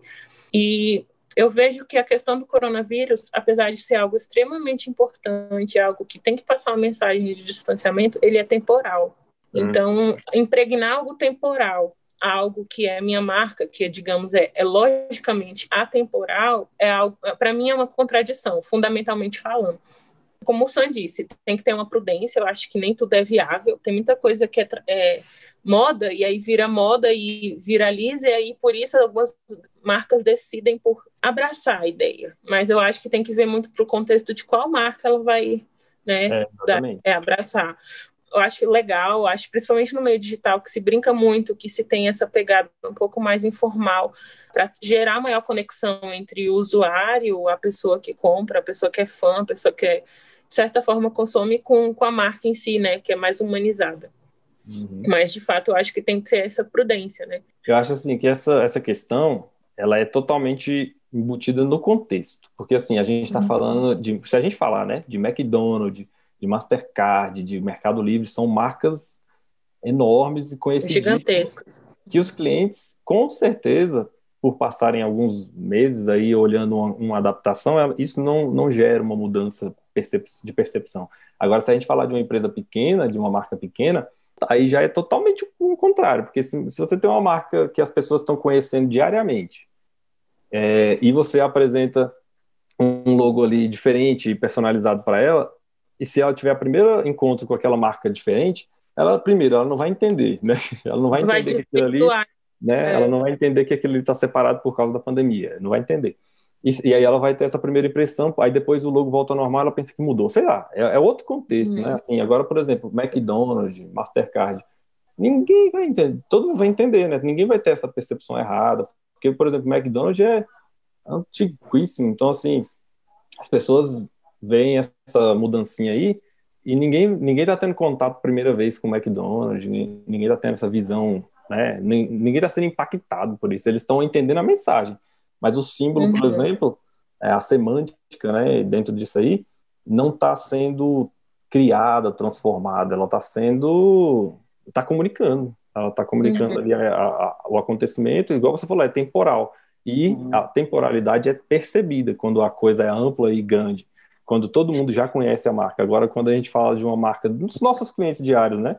E eu vejo que a questão do coronavírus, apesar de ser algo extremamente importante, algo que tem que passar uma mensagem de distanciamento, ele é temporal. Então, impregnar algo temporal, algo que é minha marca, que, digamos, é logicamente atemporal, é algo, para mim é uma contradição, fundamentalmente falando. como o Sam disse, tem que ter uma prudência, eu acho que nem tudo é viável, tem muita coisa que é moda, e aí vira moda e viraliza, e aí por isso algumas marcas decidem por abraçar a ideia, mas eu acho que tem que ver muito para o contexto de qual marca ela vai, né, abraçar. Eu acho legal, eu acho principalmente no meio digital que se brinca muito, que se tem essa pegada um pouco mais informal, para gerar maior conexão entre o usuário, a pessoa que compra, a pessoa que é fã, a pessoa que, de certa forma, consome com a marca em si, né, que é mais humanizada. Mas, de fato, eu acho que tem que ser essa prudência, né? Eu acho, assim, que essa questão, ela é totalmente embutida no contexto, porque, assim, a gente está falando se a gente falar, né, de McDonald's, de Mastercard, de Mercado Livre, são marcas enormes e conhecidíssimas, gigantescas, que os clientes, com certeza, por passarem alguns meses aí olhando uma adaptação, isso não gera uma mudança de percepção. Agora, se a gente falar de uma empresa pequena, de uma marca pequena, aí já é totalmente o contrário, porque se você tem uma marca que as pessoas estão conhecendo diariamente, e você apresenta um logo ali diferente e personalizado para ela, e se ela tiver o primeiro encontro com aquela marca diferente, ela não vai entender, né? Ela não vai entender que aquilo ali, né? Ela não vai entender que aquilo ali está separado por causa da pandemia, não vai entender. E aí ela vai ter essa primeira impressão, aí depois o logo volta ao normal, ela pensa que mudou. Sei lá, é outro contexto, né? Assim, agora, por exemplo, McDonald's, Mastercard, ninguém vai entender, todo mundo vai entender, né? Ninguém vai ter essa percepção errada, porque, por exemplo, McDonald's é antiquíssimo, então, assim, as pessoas veem essa mudancinha aí e ninguém tá tendo contato primeira vez com o McDonald's, ninguém tá tendo essa visão, né? Ninguém tá sendo impactado por isso, eles estão entendendo a mensagem, mas o símbolo, por exemplo, a semântica, né, dentro disso aí, não está sendo criada, transformada, ela está comunicando, ela está comunicando ali o acontecimento, igual você falou, é temporal. E a temporalidade é percebida quando a coisa é ampla e grande, quando todo mundo já conhece a marca. Agora, quando a gente fala de uma marca dos nossos clientes diários, né?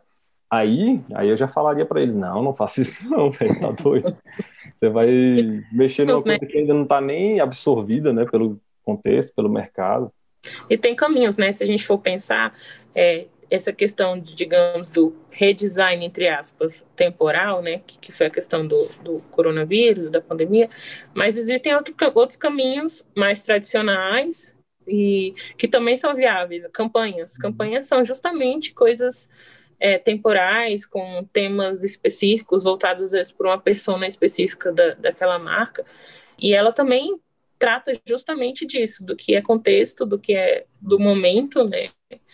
Aí eu já falaria para eles, não faça isso não, velho, tá doido. Você vai mexer numa coisa que ainda não está nem absorvida, né, pelo contexto, pelo mercado. E tem caminhos, né? Se a gente for pensar, essa questão, digamos, do redesign, entre aspas, temporal, né? Que foi a questão do coronavírus, da pandemia, mas existem outros caminhos mais tradicionais e que também são viáveis. Campanhas são justamente coisas temporais, com temas específicos, voltados às vezes por uma persona específica daquela marca, e ela também trata justamente disso, do que é contexto, do que é do momento, né?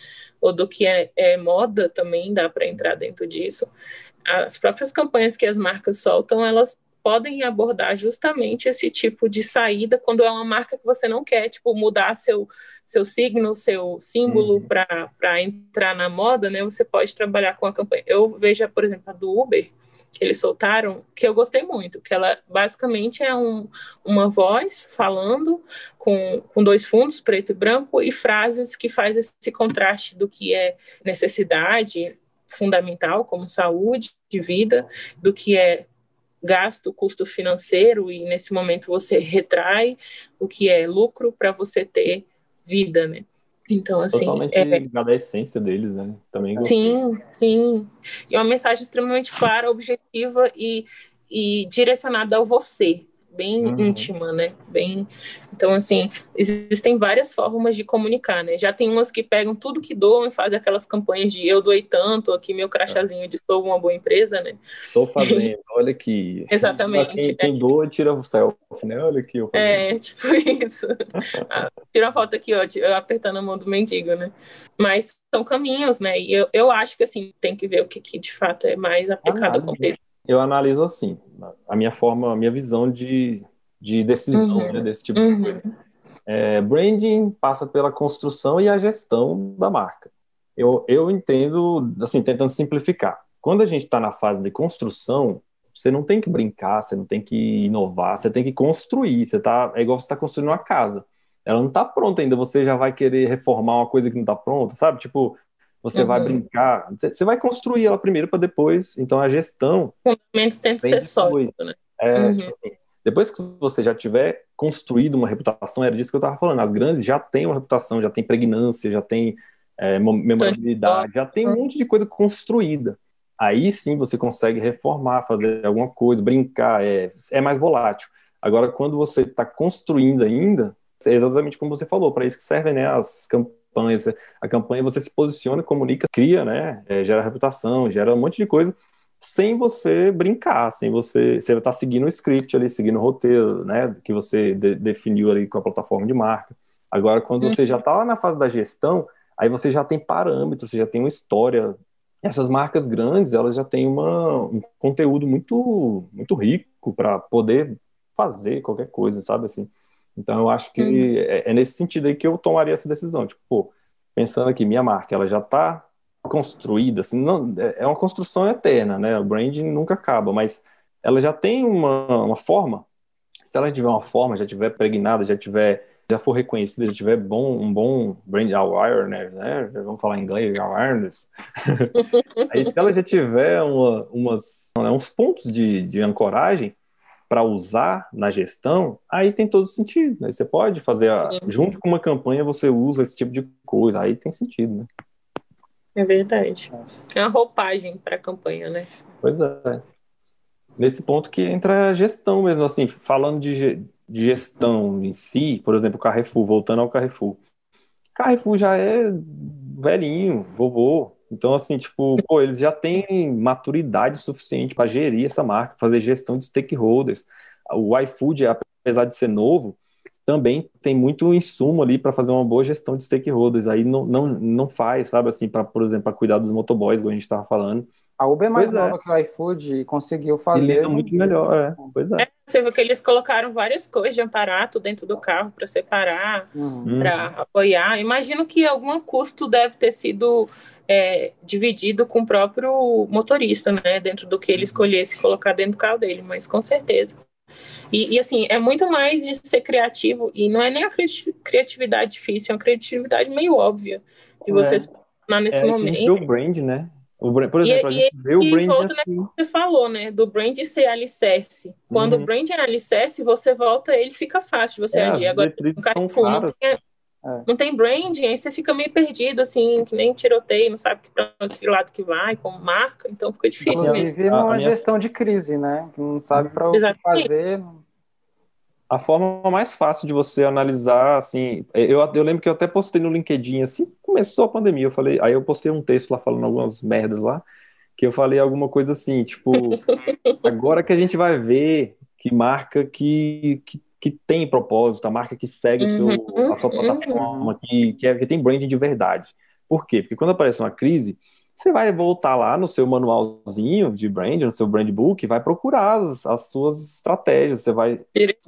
Ou do que é moda também, dá para entrar dentro disso. As próprias campanhas que as marcas soltam, elas podem abordar justamente esse tipo de saída quando é uma marca que você não quer, tipo, mudar seu signo, seu símbolo para entrar na moda, né? Você pode trabalhar com a campanha. Eu vejo, por exemplo, a do Uber, que eles soltaram, que eu gostei muito, que ela basicamente é uma voz falando com dois fundos, preto e branco, e frases que faz esse contraste do que é necessidade fundamental, como saúde, de vida, do que é gasto, custo financeiro, e nesse momento você retrai o que é lucro para você ter vida, né? Então, assim... Totalmente ligado à essência deles, né? Também gostei. Sim. E uma mensagem extremamente clara, objetiva e direcionada ao você. Bem íntima, né? Então, assim, existem várias formas de comunicar, né? Já tem umas que pegam tudo que doam e fazem aquelas campanhas de eu doei tanto, aqui meu crachazinho de sou uma boa empresa, né? Estou fazendo, olha aqui. Exatamente. Quem doa, tira o selfie, né? Olha aqui. Tipo isso. Tira uma foto aqui, ó, eu apertando a mão do mendigo, né? Mas são caminhos, né? E eu acho que, assim, tem que ver o que de fato é mais aplicado ao contexto. Eu analiso assim, a minha visão de decisão, né, desse tipo de coisa. Branding passa pela construção e a gestão da marca. Eu entendo, assim, tentando simplificar. Quando a gente está na fase de construção, você não tem que brincar, você não tem que inovar, você tem que construir. É igual você está construindo uma casa. Ela não está pronta ainda, você já vai querer reformar uma coisa que não está pronta, sabe? Tipo, você vai brincar, você vai construir ela primeiro para depois. Então a gestão. O fundamento tem que ser sólido, né? Tipo assim, Depois que você já tiver construído uma reputação, era disso que eu estava falando, as grandes já têm uma reputação, já tem pregnância, já tem memorabilidade, já tem um monte de coisa construída. Aí sim você consegue reformar, fazer alguma coisa, brincar, é mais volátil. Agora, quando você está construindo ainda, é exatamente como você falou, para isso que servem, né, as campanhas. A campanha você se posiciona, comunica, cria, né, gera reputação, gera um monte de coisa, sem você brincar, sem você está seguindo o script ali, seguindo o roteiro, né, que você definiu ali com a plataforma de marca. Agora, quando você já está lá na fase da gestão, aí você já tem parâmetros, você já tem uma história. Essas marcas grandes, elas já têm um conteúdo muito, muito rico para poder fazer qualquer coisa, sabe, assim. Então, eu acho que é nesse sentido aí que eu tomaria essa decisão. Tipo, pô, pensando aqui, minha marca, ela já está construída, assim, não, é uma construção eterna, né? O branding nunca acaba, mas ela já tem uma forma. Se ela tiver uma forma, já tiver pregnada, já for reconhecida, já tiver um bom brand awareness, né? Vamos falar em inglês, awareness. Aí, se ela já tiver uns pontos de ancoragem para usar na gestão, aí tem todo sentido. Aí você pode fazer, junto com uma campanha, você usa esse tipo de coisa, aí tem sentido, né? É verdade. É uma roupagem para a campanha, né? Pois é. Nesse ponto que entra a gestão mesmo, assim, falando de gestão em si, por exemplo, o Carrefour, voltando ao Carrefour. Carrefour já é velhinho, vovô. Então, assim, tipo, pô, eles já têm maturidade suficiente para gerir essa marca, fazer gestão de stakeholders. O iFood, apesar de ser novo, também tem muito insumo ali para fazer uma boa gestão de stakeholders. Aí não faz, sabe, assim, por exemplo, para cuidar dos motoboys, como a gente estava falando. A Uber é mais Pois é. nova que o iFood e conseguiu E fazer. lida muito melhor, Pois é. Você viu que eles colocaram várias coisas de aparato dentro do carro para separar, para apoiar. Imagino que algum custo deve ter sido dividido com o próprio motorista, né? Dentro do que ele escolhesse colocar dentro do carro dele, mas com certeza. E assim, é muito mais de ser criativo, e não é nem a criatividade difícil, é uma criatividade meio óbvia de você se posicionar nesse momento. O brand, né? Por exemplo, a gente vê o brand volta assim. no que você falou, né? Do brand ser alicerce. Quando o brand é alicerce, você volta, ele fica fácil de você agir. Agora, no Carrefour não tem branding, aí você fica meio perdido, assim, que nem tiroteio, não sabe para que lado que vai, como marca, então fica difícil mesmo. Inclusive numa gestão de crise, né? Que não sabe para o que fazer. A forma mais fácil de você analisar, assim, eu lembro que eu até postei no LinkedIn, assim, começou a pandemia, aí eu postei um texto lá falando algumas merdas lá, que eu falei alguma coisa assim, tipo, agora que a gente vai ver que marca que tem propósito, a marca que segue a sua plataforma, que tem branding de verdade. Por quê? Porque quando aparece uma crise, você vai voltar lá no seu manualzinho de brand, no seu brand book, e vai procurar as suas estratégias, você vai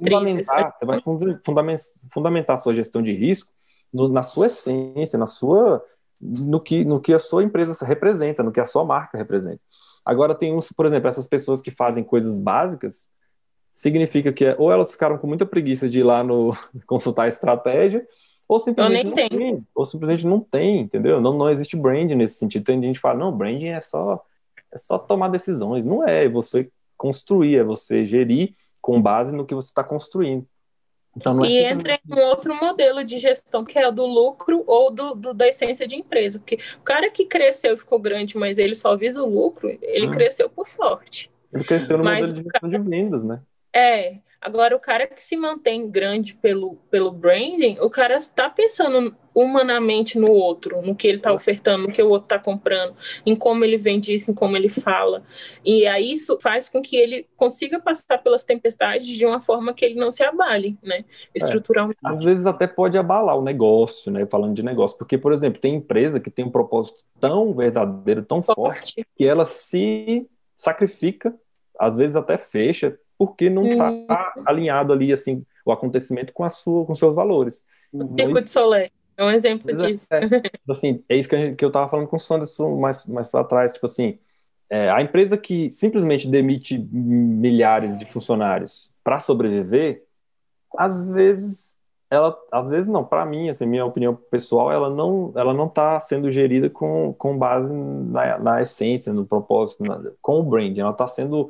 fundamentar a sua gestão de risco na sua essência, no que a sua empresa representa, no que a sua marca representa. Agora tem por exemplo, essas pessoas que fazem coisas básicas, significa que ou elas ficaram com muita preguiça de ir lá consultar a estratégia, ou simplesmente não tem, entendeu? Não existe brand nesse sentido. Tem gente que fala, não, branding é só tomar decisões. Não é você construir, é você gerir com base no que você está construindo. Então, não entra em um outro modelo de gestão, que é o do lucro ou da essência de empresa. Porque o cara que cresceu e ficou grande, mas ele só visa o lucro, ele cresceu por sorte. Ele cresceu no modelo de gestão de vendas, né? Agora o cara que se mantém grande pelo branding, o cara está pensando humanamente no outro, no que ele está ofertando, no que o outro está comprando, em como ele vende isso, em como ele fala. E aí isso faz com que ele consiga passar pelas tempestades de uma forma que ele não se abale, né? Estruturalmente. Às vezes até pode abalar o negócio, né? Falando de negócio, porque, por exemplo, tem empresa que tem um propósito tão verdadeiro, tão forte, que ela se sacrifica, às vezes até fecha, porque não está alinhado ali, assim, o acontecimento com seus valores. Circo de Soleil é um exemplo disso. Assim, é isso que eu estava falando com o Sanderson mais para trás, tipo assim, a empresa que simplesmente demite milhares de funcionários para sobreviver, às vezes não, para mim, assim, minha opinião pessoal, ela não está sendo gerida com base na essência, no propósito, com o brand, ela está sendo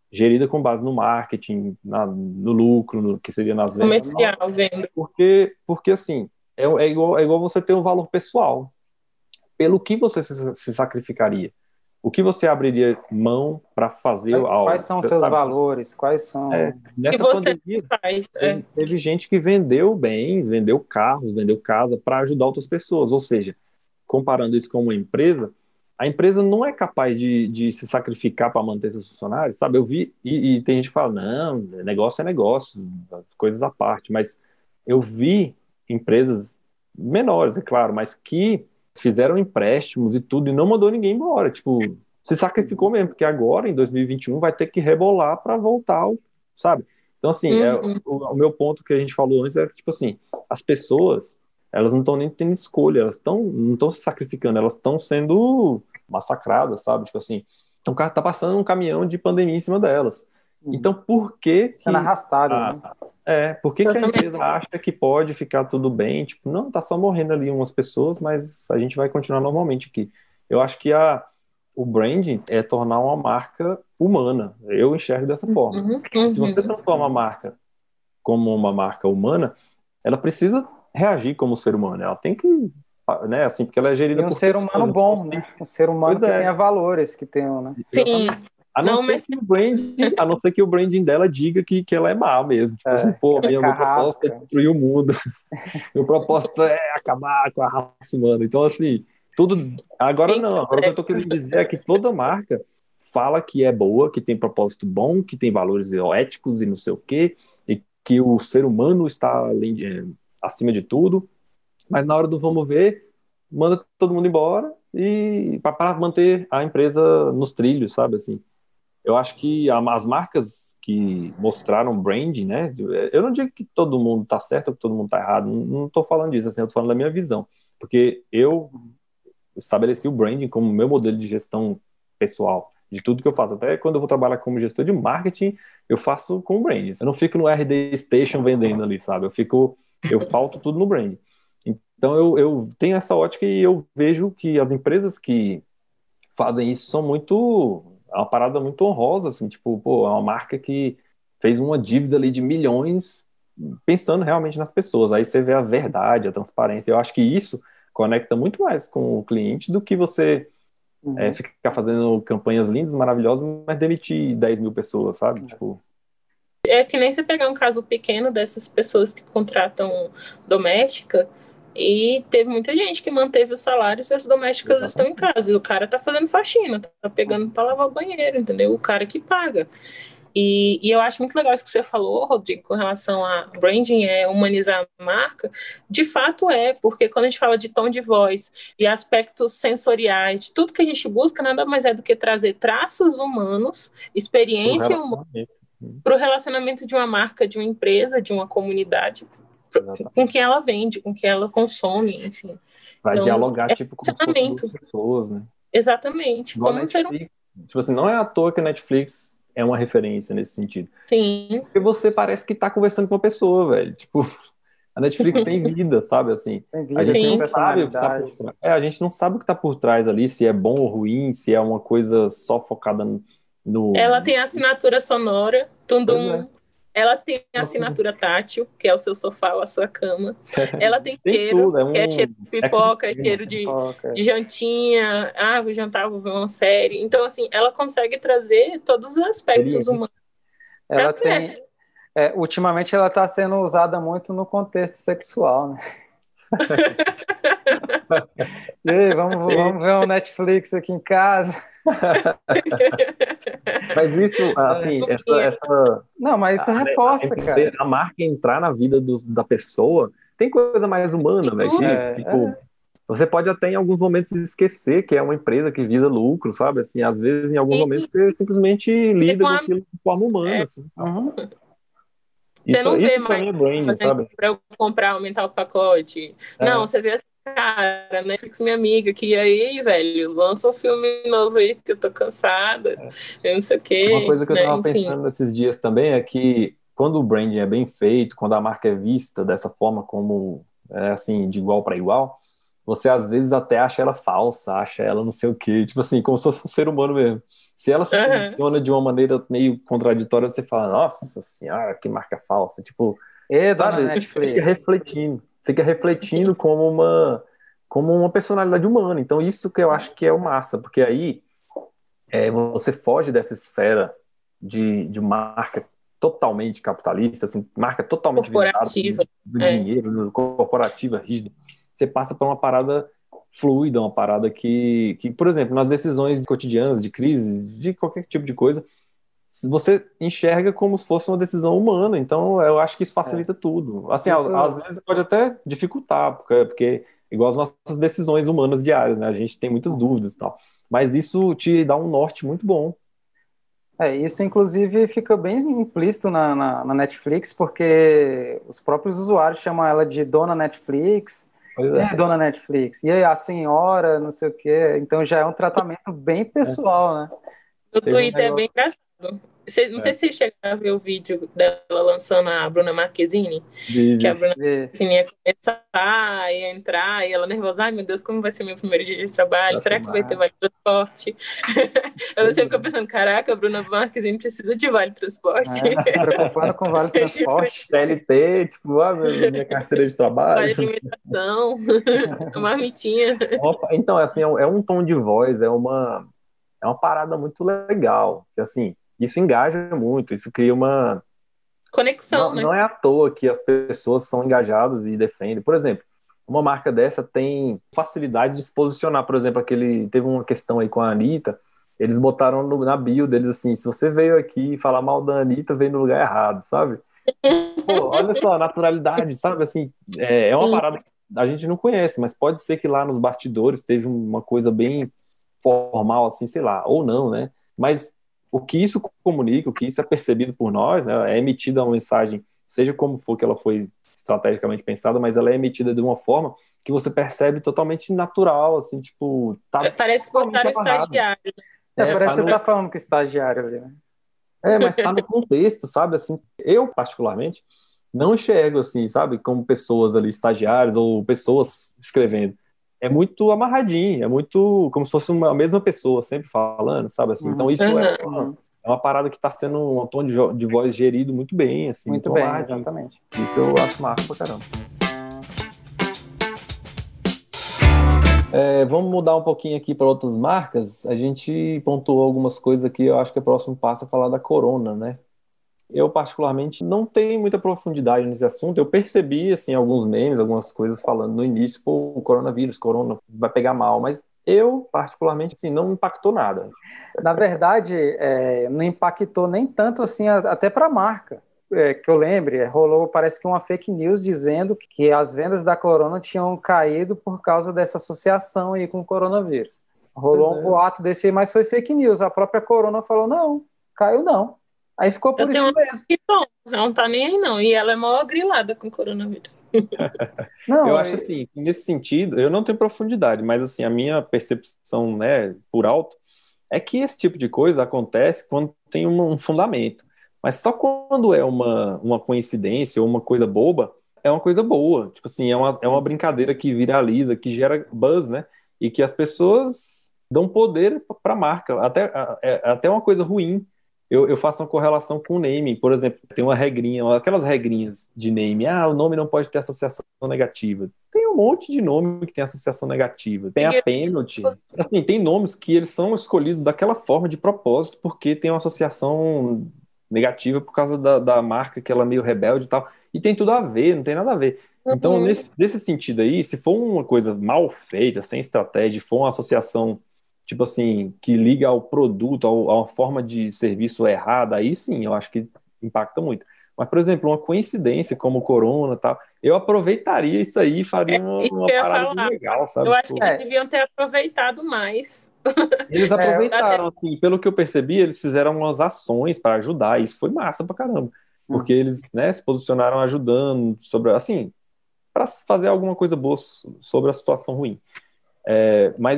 gerida com base no marketing, no lucro, que seria nas vendas. Comercial, venda. Porque assim, é igual você ter um valor pessoal. Pelo que você se sacrificaria? O que você abriria mão para fazer algo? Quais são os seus valores? Quais são... Que Nessa você pandemia, faz. teve gente que vendeu bens, vendeu carros, vendeu casa para ajudar outras pessoas. Ou seja, comparando isso com uma empresa, a empresa não é capaz de se sacrificar para manter seus funcionários, sabe? Eu vi, e tem gente que fala, não, negócio é negócio, coisas à parte, mas eu vi empresas menores, é claro, mas que fizeram empréstimos e tudo, e não mandou ninguém embora, tipo, se sacrificou mesmo, porque agora, em 2021, vai ter que rebolar para voltar, sabe? Então, assim, o meu ponto que a gente falou antes é que, tipo assim, as pessoas, elas não estão nem tendo escolha, não estão se sacrificando, elas estão sendo massacradas, sabe? Tipo assim, então o cara tá passando um caminhão de pandemia em cima delas. Então, por que sendo arrastadas, né? por que a empresa acha que pode ficar tudo bem? Tipo, não, tá só morrendo ali umas pessoas, mas a gente vai continuar normalmente aqui. Eu acho que o branding é tornar uma marca humana. Eu enxergo dessa forma. Se você transforma a marca como uma marca humana, ela precisa reagir como ser humano. Ela tem que, né, assim, porque ela é gerida por ser pessoas. humano bom, né? Um ser humano que tenha valores, que tenham, né? Sim. A não ser que o branding dela diga que ela é má mesmo. Tipo assim, pô, meu propósito é destruir o mundo. Meu propósito é acabar com a raça humana. Então, assim, tudo... Agora não. Agora o que eu tô querendo dizer é que toda marca fala que é boa, que tem propósito bom, que tem valores éticos e não sei o quê, e que o ser humano está acima de tudo, mas na hora do vamos ver, manda todo mundo embora e para manter a empresa nos trilhos, sabe, assim. Eu acho que as marcas que mostraram branding, né? Eu não digo que todo mundo está certo ou que todo mundo está errado, não estou falando disso, assim, eu estou falando da minha visão, porque eu estabeleci o branding como meu modelo de gestão pessoal, de tudo que eu faço. Até quando eu vou trabalhar como gestor de marketing, eu faço com branding. Eu não fico no RD Station vendendo ali, sabe? Eu pauto tudo no branding. Então eu tenho essa ótica e eu vejo que as empresas que fazem isso são é uma parada muito honrosa, assim, tipo, pô, é uma marca que fez uma dívida ali de milhões pensando realmente nas pessoas. Aí você vê a verdade, a transparência. Eu acho que isso conecta muito mais com o cliente do que você ficar fazendo campanhas lindas, maravilhosas, mas demitir 10 mil pessoas, sabe? Tipo... É que nem você pegar um caso pequeno dessas pessoas que contratam doméstica e teve muita gente que manteve os salários e as domésticas estão em casa. E o cara tá fazendo faxina, tá pegando para lavar o banheiro, entendeu? O cara que paga. E eu acho muito legal isso que você falou, Rodrigo, com relação a branding, humanizar a marca. De fato porque quando a gente fala de tom de voz e aspectos sensoriais, tudo que a gente busca nada mais é do que trazer traços humanos, experiência humana para o relacionamento de uma marca, de uma empresa, de uma comunidade, com quem ela vende, com quem ela consome, enfim. Vai então, dialogar, tipo, como se fossem duas pessoas, né? Exatamente. Igual como Netflix. Tipo assim, não é à toa que a Netflix é uma referência nesse sentido. Sim. Porque você parece que tá conversando com uma pessoa, velho. Tipo, a Netflix tem vida, sabe, assim. Tem a gente vida, não sabe o que tá por trás. A gente não sabe o que tá por trás ali, se é bom ou ruim, se é uma coisa só focada no... Ela tem a assinatura sonora, tundum. Ela tem a assinatura tátil, que é o seu sofá ou a sua cama. Ela tem cheiro, tudo, que é cheiro de pipoca, cheiro de jantinha. Vou jantar, vou ver uma série. Então, assim, ela consegue trazer todos os aspectos humanos. Ela tem... ultimamente ela está sendo usada muito no contexto sexual, né? E aí, vamos ver um Netflix aqui em casa. Mas isso, assim, essa... Não, mas isso reforça, cara. A marca entrar na vida da pessoa tem coisa mais humana, velho. Tipo, você pode até em alguns momentos esquecer que é uma empresa que visa lucro, sabe? Assim, às vezes, em alguns momentos, você simplesmente lida com aquilo de forma humana, assim. Você não vê mais branding, sabe? Para eu comprar, aumentar o pacote. Não, você vê assim, cara, Netflix, minha amiga, que aí, velho, lança um filme novo aí, que eu tô cansada, eu não sei o quê. Uma coisa que eu tava pensando nesses dias também é que quando o branding é bem feito, quando a marca é vista dessa forma como, assim, de igual para igual, você às vezes até acha ela falsa, acha ela não sei o quê, tipo assim, como se fosse um ser humano mesmo. Se ela se posiciona de uma maneira meio contraditória, você fala, nossa senhora, que marca falsa. Tipo, Dona sabe? Netflix. Fica refletindo como uma personalidade humana. Então, isso que eu acho que é o massa, porque aí você foge dessa esfera de marca totalmente capitalista, assim, marca totalmente visada Corporativa. do dinheiro, corporativa, rígida. Você passa para uma parada fluida, uma parada que, por exemplo, nas decisões cotidianas, de crise, de qualquer tipo de coisa, você enxerga como se fosse uma decisão humana. Então, eu acho que isso facilita tudo. Assim, às vezes pode até dificultar, porque igual as nossas decisões humanas diárias, né? A gente tem muitas dúvidas e tal. Mas isso te dá um norte muito bom. Isso inclusive fica bem implícito na Netflix, porque os próprios usuários chamam ela de Dona Netflix. Pois E aí, Dona Netflix? E aí, a senhora, não sei o quê. Então já é um tratamento bem pessoal, né? No Twitter é bem engraçado. Não sei se você chegaram a ver o vídeo dela lançando a Bruna Marquezine, que a Bruna Marquezine ia começar, ia entrar, e ela nervosa, ai meu Deus, como vai ser meu primeiro dia de trabalho? Será que vai ter vale transporte? Eu sempre fico pensando, caraca, a Bruna Marquezine precisa de vale transporte. Se preocupando com vale transporte. CLT, tipo, minha carteira de trabalho. Vale alimentação, marmitinha. Então, assim, é um tom de voz, é uma parada muito legal, que assim, isso engaja muito, isso cria uma conexão, né? Não é à toa que as pessoas são engajadas e defendem. Por exemplo, uma marca dessa tem facilidade de se posicionar. Por exemplo, teve uma questão aí com a Anitta, eles botaram na bio deles assim, se você veio aqui falar mal da Anitta, veio no lugar errado, sabe? Pô, olha só, a naturalidade, sabe? Assim, é uma parada que a gente não conhece, mas pode ser que lá nos bastidores teve uma coisa bem formal, assim, sei lá, ou não, né? Mas o que isso comunica, o que isso é percebido por nós, né? É emitida uma mensagem, seja como for que ela foi estrategicamente pensada, mas ela é emitida de uma forma que você percebe totalmente natural, assim, tipo, tá parece botar o estagiário. Parece que você tá falando com o estagiário ali, né? Mas tá no contexto, sabe? Assim, eu, particularmente, não enxergo, assim, sabe? Como pessoas ali, estagiários ou pessoas escrevendo. É muito amarradinho, é muito como se fosse a mesma pessoa sempre falando, sabe? Assim, então isso é uma parada que tá sendo um tom de voz gerido muito bem, assim. Muito bem, exatamente. Isso eu acho massa pra caramba. Vamos mudar um pouquinho aqui para outras marcas. A gente pontuou algumas coisas aqui, eu acho que o próximo passo é falar da Corona, né? Eu, particularmente, não tenho muita profundidade nesse assunto. Eu percebi, assim, alguns memes, algumas coisas falando no início, pô, o coronavírus, corona vai pegar mal, mas eu, particularmente, assim, não impactou nada. Na verdade, não impactou nem tanto, assim, até para a marca. Que eu lembre, rolou, parece que uma fake news dizendo que as vendas da Corona tinham caído por causa dessa associação aí com o coronavírus. Rolou um boato desse aí, mas foi fake news. A própria Corona falou, não, caiu não. Aí ficou por isso mesmo. Bom, não tá nem aí não. E ela é mó grilada com o coronavírus. Não, eu acho assim, nesse sentido, eu não tenho profundidade, mas assim, a minha percepção, né, por alto, é que esse tipo de coisa acontece quando tem um fundamento. Mas só quando é uma coincidência ou uma coisa boba, é uma coisa boa. Tipo assim, é uma brincadeira que viraliza, que gera buzz, né? E que as pessoas dão poder para a marca. Até uma coisa ruim. Eu faço uma correlação com o naming. Por exemplo, tem uma regrinha, aquelas regrinhas de name. O nome não pode ter associação negativa. Tem um monte de nome que tem associação negativa. Tem a penalty. Assim, tem nomes que eles são escolhidos daquela forma de propósito porque tem uma associação negativa por causa da marca, que ela é meio rebelde e tal. E tem tudo a ver, não tem nada a ver. Então, nesse sentido aí, se for uma coisa mal feita, sem estratégia, for uma associação tipo assim, que liga ao produto, a uma forma de serviço errada, aí sim, eu acho que impacta muito. Mas, por exemplo, uma coincidência como o Corona e tal, eu aproveitaria isso aí e faria uma parada bem legal, sabe? Eu acho que eles deviam ter aproveitado mais. Eles aproveitaram, assim, pelo que eu percebi, eles fizeram umas ações para ajudar, e isso foi massa pra caramba. Porque eles, né, se posicionaram ajudando sobre, assim, para fazer alguma coisa boa sobre a situação ruim. Mas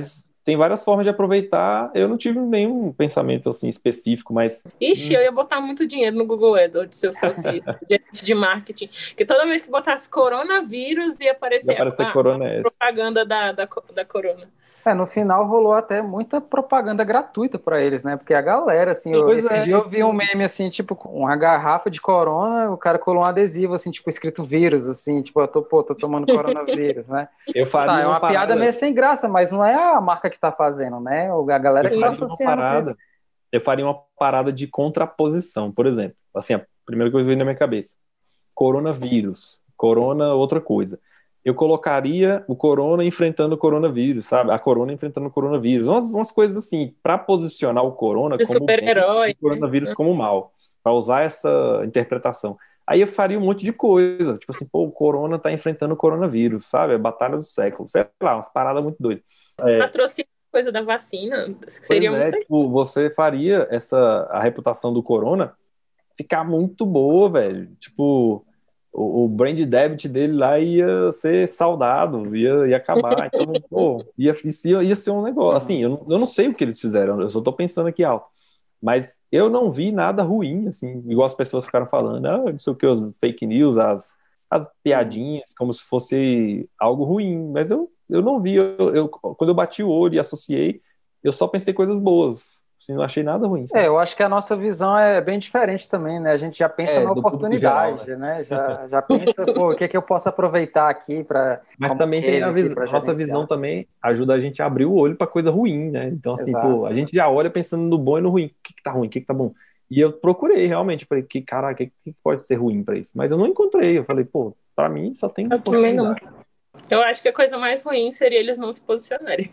tem várias formas de aproveitar. Eu não tive nenhum pensamento assim específico, mas Ixi, eu ia botar muito dinheiro no Google AdWords se eu fosse gerente de marketing. Porque toda vez que botasse coronavírus, ia ia aparecer aparecer a Corona S. propaganda da corona. No final rolou até muita propaganda gratuita para eles, né? Porque a galera, assim, Pois esse é, dia eu vi um meme, assim, tipo, com uma garrafa de corona, o cara colou um adesivo, assim, tipo, escrito vírus, assim, tipo, tô tomando coronavírus, né? eu faria Tá, é uma uma piada parada, meio sem graça, mas não é a marca que tá fazendo, né? A galera eu que tá faria uma associando com isso. parada, eu faria uma parada de contraposição, por exemplo. Assim, a primeira coisa que veio na minha cabeça. Coronavírus, corona, outra coisa. Eu colocaria o corona enfrentando o coronavírus, sabe? A corona enfrentando o coronavírus. Umas coisas assim, para posicionar o corona De como bem e super-herói. o coronavírus como mal, para usar essa interpretação. Aí eu faria um monte de coisa, tipo assim, pô, o corona tá enfrentando o coronavírus, sabe? É a batalha do século, sei lá, umas paradas muito doidas. Patrocínio coisa da vacina. Pois Seria muito é, tipo, você faria a reputação do corona ficar muito boa, velho. Tipo, o brand debit dele lá ia ser saudado, ia acabar. Então, pô, ia ser um negócio. Assim, eu não sei o que eles fizeram, eu só tô pensando aqui alto. Mas eu não vi nada ruim, assim, igual as pessoas ficaram falando, não sei o que, os fake news, as piadinhas, como se fosse algo ruim. Mas eu não vi. Quando eu bati o olho e associei, eu só pensei coisas boas. Assim, não achei nada ruim, sabe? Eu acho que a nossa visão é bem diferente também, né? A gente já pensa na Do público geral, né? oportunidade, né? Já pensa, pô, o que é que eu posso aproveitar aqui para Mas como também tem case aqui para a nossa visão gerenciar. também ajuda a gente a abrir o olho para coisa ruim, né? Então, assim, pô, Exato. a gente já olha pensando no bom e no ruim. O que que tá ruim? O que que tá bom? E eu procurei realmente, falei, caraca, o que pode ser ruim para isso? Mas eu não encontrei. Eu falei, pô, para mim só tem Eu também não. oportunidade. Eu acho que a coisa mais ruim seria eles não se posicionarem.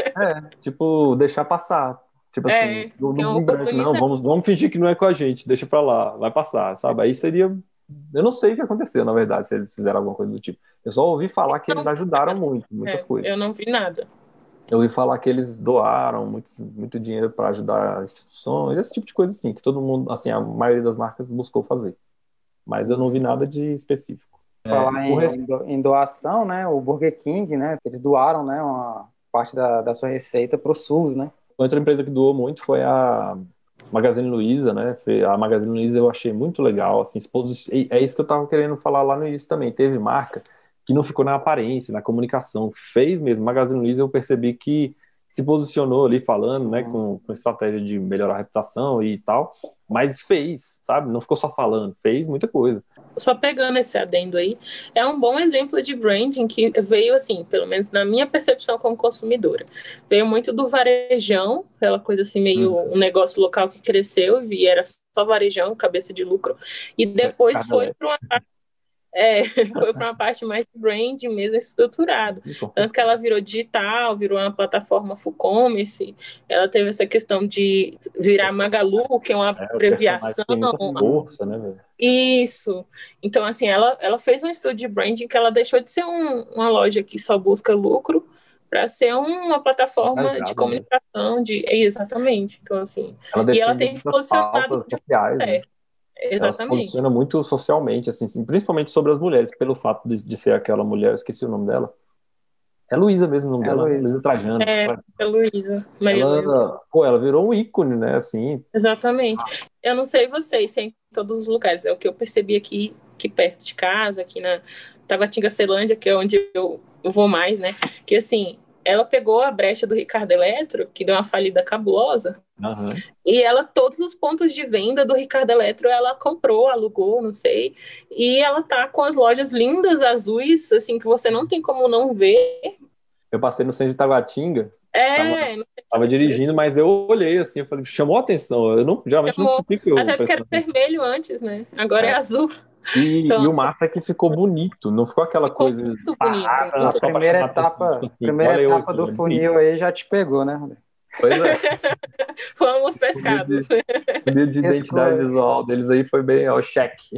Tipo, deixar passar. Tipo assim, É, que é uma em branco, não, oportunidade. vamos fingir que não é com a gente, deixa pra lá, vai passar, sabe? Aí seria. Eu não sei o que aconteceu, na verdade, se eles fizeram alguma coisa do tipo. Eu só ouvi falar que eles Não, ajudaram muito, muitas coisas. eu não vi nada. Eu ouvi falar que eles doaram muito dinheiro para ajudar instituições, esse tipo de coisa assim, que todo mundo, assim, a maioria das marcas buscou fazer. Mas eu não vi nada de específico. Falar O resto, em doação, né? O Burger King, né? Eles doaram, né? Uma parte da sua receita para o SUS, né? outra empresa que doou muito foi a Magazine Luiza, né? A Magazine Luiza eu achei muito legal, assim, é isso que eu tava querendo falar lá no início também. Teve marca que não ficou na aparência, na comunicação, fez mesmo. Magazine Luiza eu percebi que se posicionou ali falando, né, com estratégia de melhorar a reputação e tal, mas fez, sabe? Não ficou só falando, fez muita coisa. Só pegando esse adendo aí, é um bom exemplo de branding que veio, assim, pelo menos na minha percepção como consumidora, veio muito do varejão, aquela coisa assim, meio um negócio local que cresceu e era só varejão, cabeça de lucro, e depois foi para uma foi para uma parte mais de branding mesmo estruturado. Tanto que ela virou digital, virou uma plataforma full commerce, ela teve essa questão de virar Magalu, que é uma abreviação. Tem muita força, né, velho? Isso. Então, assim, ela fez um estudo de branding que ela deixou de ser uma loja que só busca lucro para ser uma plataforma de comunicação, exatamente. Então, assim, e ela tem se posicionado de sociais, né? Ela se Exatamente. posiciona muito socialmente, assim, principalmente sobre as mulheres, pelo fato de ser aquela mulher, eu esqueci o nome dela. É Luísa mesmo o nome dela, Luísa Trajano. É Luísa, Maria Luísa. Pô, ela virou um ícone, né, assim. Exatamente. Eu não sei vocês, se é em todos os lugares, é o que eu percebi aqui perto de casa, aqui na Taguatinga Celândia, que é onde eu vou mais, né, que assim, ela pegou a brecha do Ricardo Eletro, que deu uma falida cabulosa, e ela, todos os pontos de venda do Ricardo Eletro, ela comprou, alugou, não sei, e ela tá com as lojas lindas, azuis, assim, que você não tem como não ver. Eu passei no centro de Taguatinga, não tava dirigindo, mas eu olhei assim, eu falei, chamou a atenção, eu geralmente não fico. Até porque era vermelho antes, né, agora é azul. E o massa é que ficou bonito, não ficou aquela coisa muito bonito. A primeira etapa do funil aí já te pegou, né? Pois é. Fomos pescados. O dia de identidade visual deles aí foi bem, ó, cheque.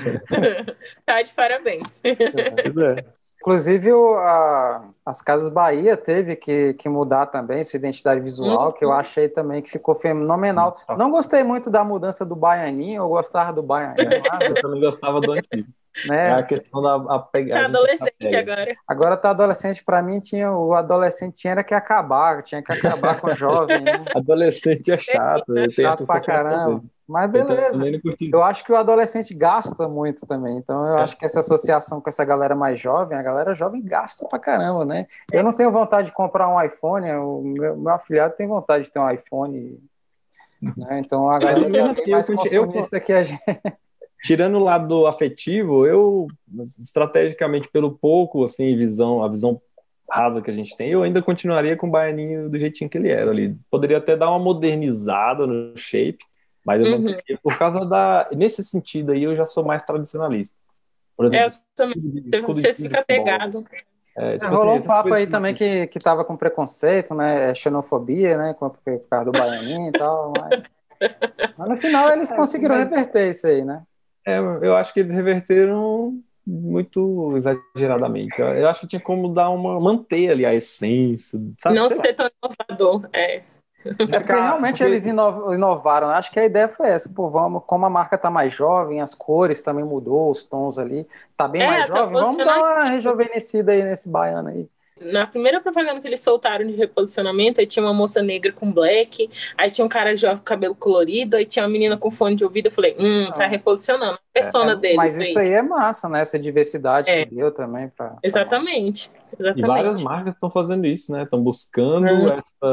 Tá de parabéns. Pois é. Inclusive, as Casas Bahia teve que mudar também sua identidade visual, que eu achei também que ficou fenomenal. Não gostei muito da mudança do Baianinho, eu gostava do Baianinho. Eu também gostava do antigo. né? É a questão da Tá adolescente agora. Agora tá adolescente, para mim o adolescente tinha que acabar com o jovem, né? Adolescente é chato, eu tenho Chato essa pra associação caramba. mesmo. Mas Eu beleza. também não curti. Eu acho que o adolescente gasta muito também. Então eu acho que essa associação com essa galera mais jovem, a galera jovem gasta pra caramba, né? Eu não tenho vontade de comprar um iPhone, o meu afilhado tem vontade de ter um iPhone, né? Então a galera mesmo é assim, mais consumista que a gente. Tirando o lado afetivo, eu, estrategicamente, pelo pouco, assim, a visão rasa que a gente tem, eu ainda continuaria com o Baianinho do jeitinho que ele era ali. Poderia até dar uma modernizada no shape, mas eu manteria por causa da... Nesse sentido aí, eu já sou mais tradicionalista. Por exemplo, você fica pegado. Rolou um papo aí também que tava com preconceito, né? Xenofobia, né? Por causa do Baianinho e tal, mas no final eles conseguiram reverter isso aí, né? Eu acho que eles reverteram muito exageradamente. Eu acho que tinha como manter ali a essência, sabe? Não ser tão inovador, porque realmente eles inovaram, né? Acho que a ideia foi essa, pô, como a marca tá mais jovem, as cores também mudou, os tons ali, tá bem mais jovem, vamos dar uma rejuvenescida aí nesse baiano aí. Na primeira propaganda que eles soltaram de reposicionamento, aí tinha uma moça negra com black, aí tinha um cara jovem com cabelo colorido, aí tinha uma menina com fone de ouvido. Eu falei, tá reposicionando a persona dele. Mas isso aí é massa, né? Essa diversidade que deu também. Exatamente. E várias marcas estão fazendo isso, né? Estão buscando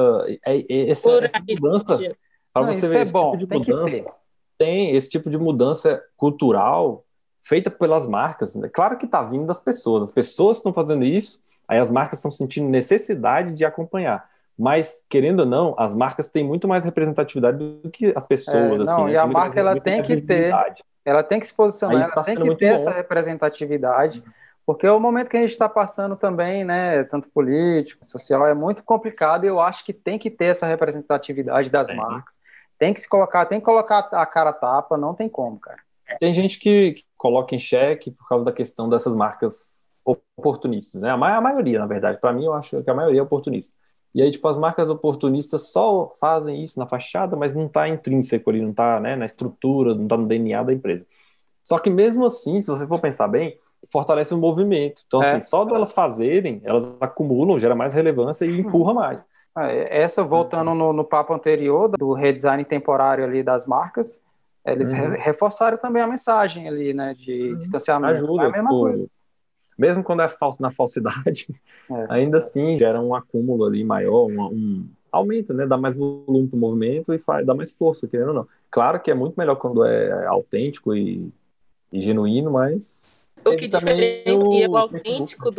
essa mudança. Para você ver, esse tipo de mudança, tem esse tipo de mudança cultural feita pelas marcas. Claro que está vindo das pessoas. As pessoas estão fazendo isso. Aí as marcas estão sentindo necessidade de acompanhar. Mas, querendo ou não, as marcas têm muito mais representatividade do que as pessoas. E a marca ela tem que ter, ela tem que se posicionar, ela tem que ter essa representatividade, porque o momento que a gente está passando também, né, tanto político, social, é muito complicado e eu acho que tem que ter essa representatividade das marcas. Tem que colocar a cara a tapa, não tem como, cara. Tem gente que coloca em xeque por causa da questão dessas marcas oportunistas, né? A maioria, na verdade, para mim, eu acho que a maioria é oportunista. E aí, tipo, as marcas oportunistas só fazem isso na fachada, mas não está intrínseco ali, não está, né, na estrutura, não está no DNA da empresa. Só que mesmo assim, se você for pensar bem, fortalece o movimento. Então, assim, só delas fazerem, elas acumulam, gera mais relevância e empurra mais. Essa, voltando no papo anterior, do redesign temporário ali das marcas, eles reforçaram também a mensagem ali, né, de distanciamento. Ajuda, é a mesma coisa. Mesmo quando é na falsidade, ainda assim gera um acúmulo ali maior, aumenta, né? Dá mais volume para o movimento e dá mais força, querendo ou não. Claro que é muito melhor quando é autêntico e genuíno, mas... O que diferencia o autêntico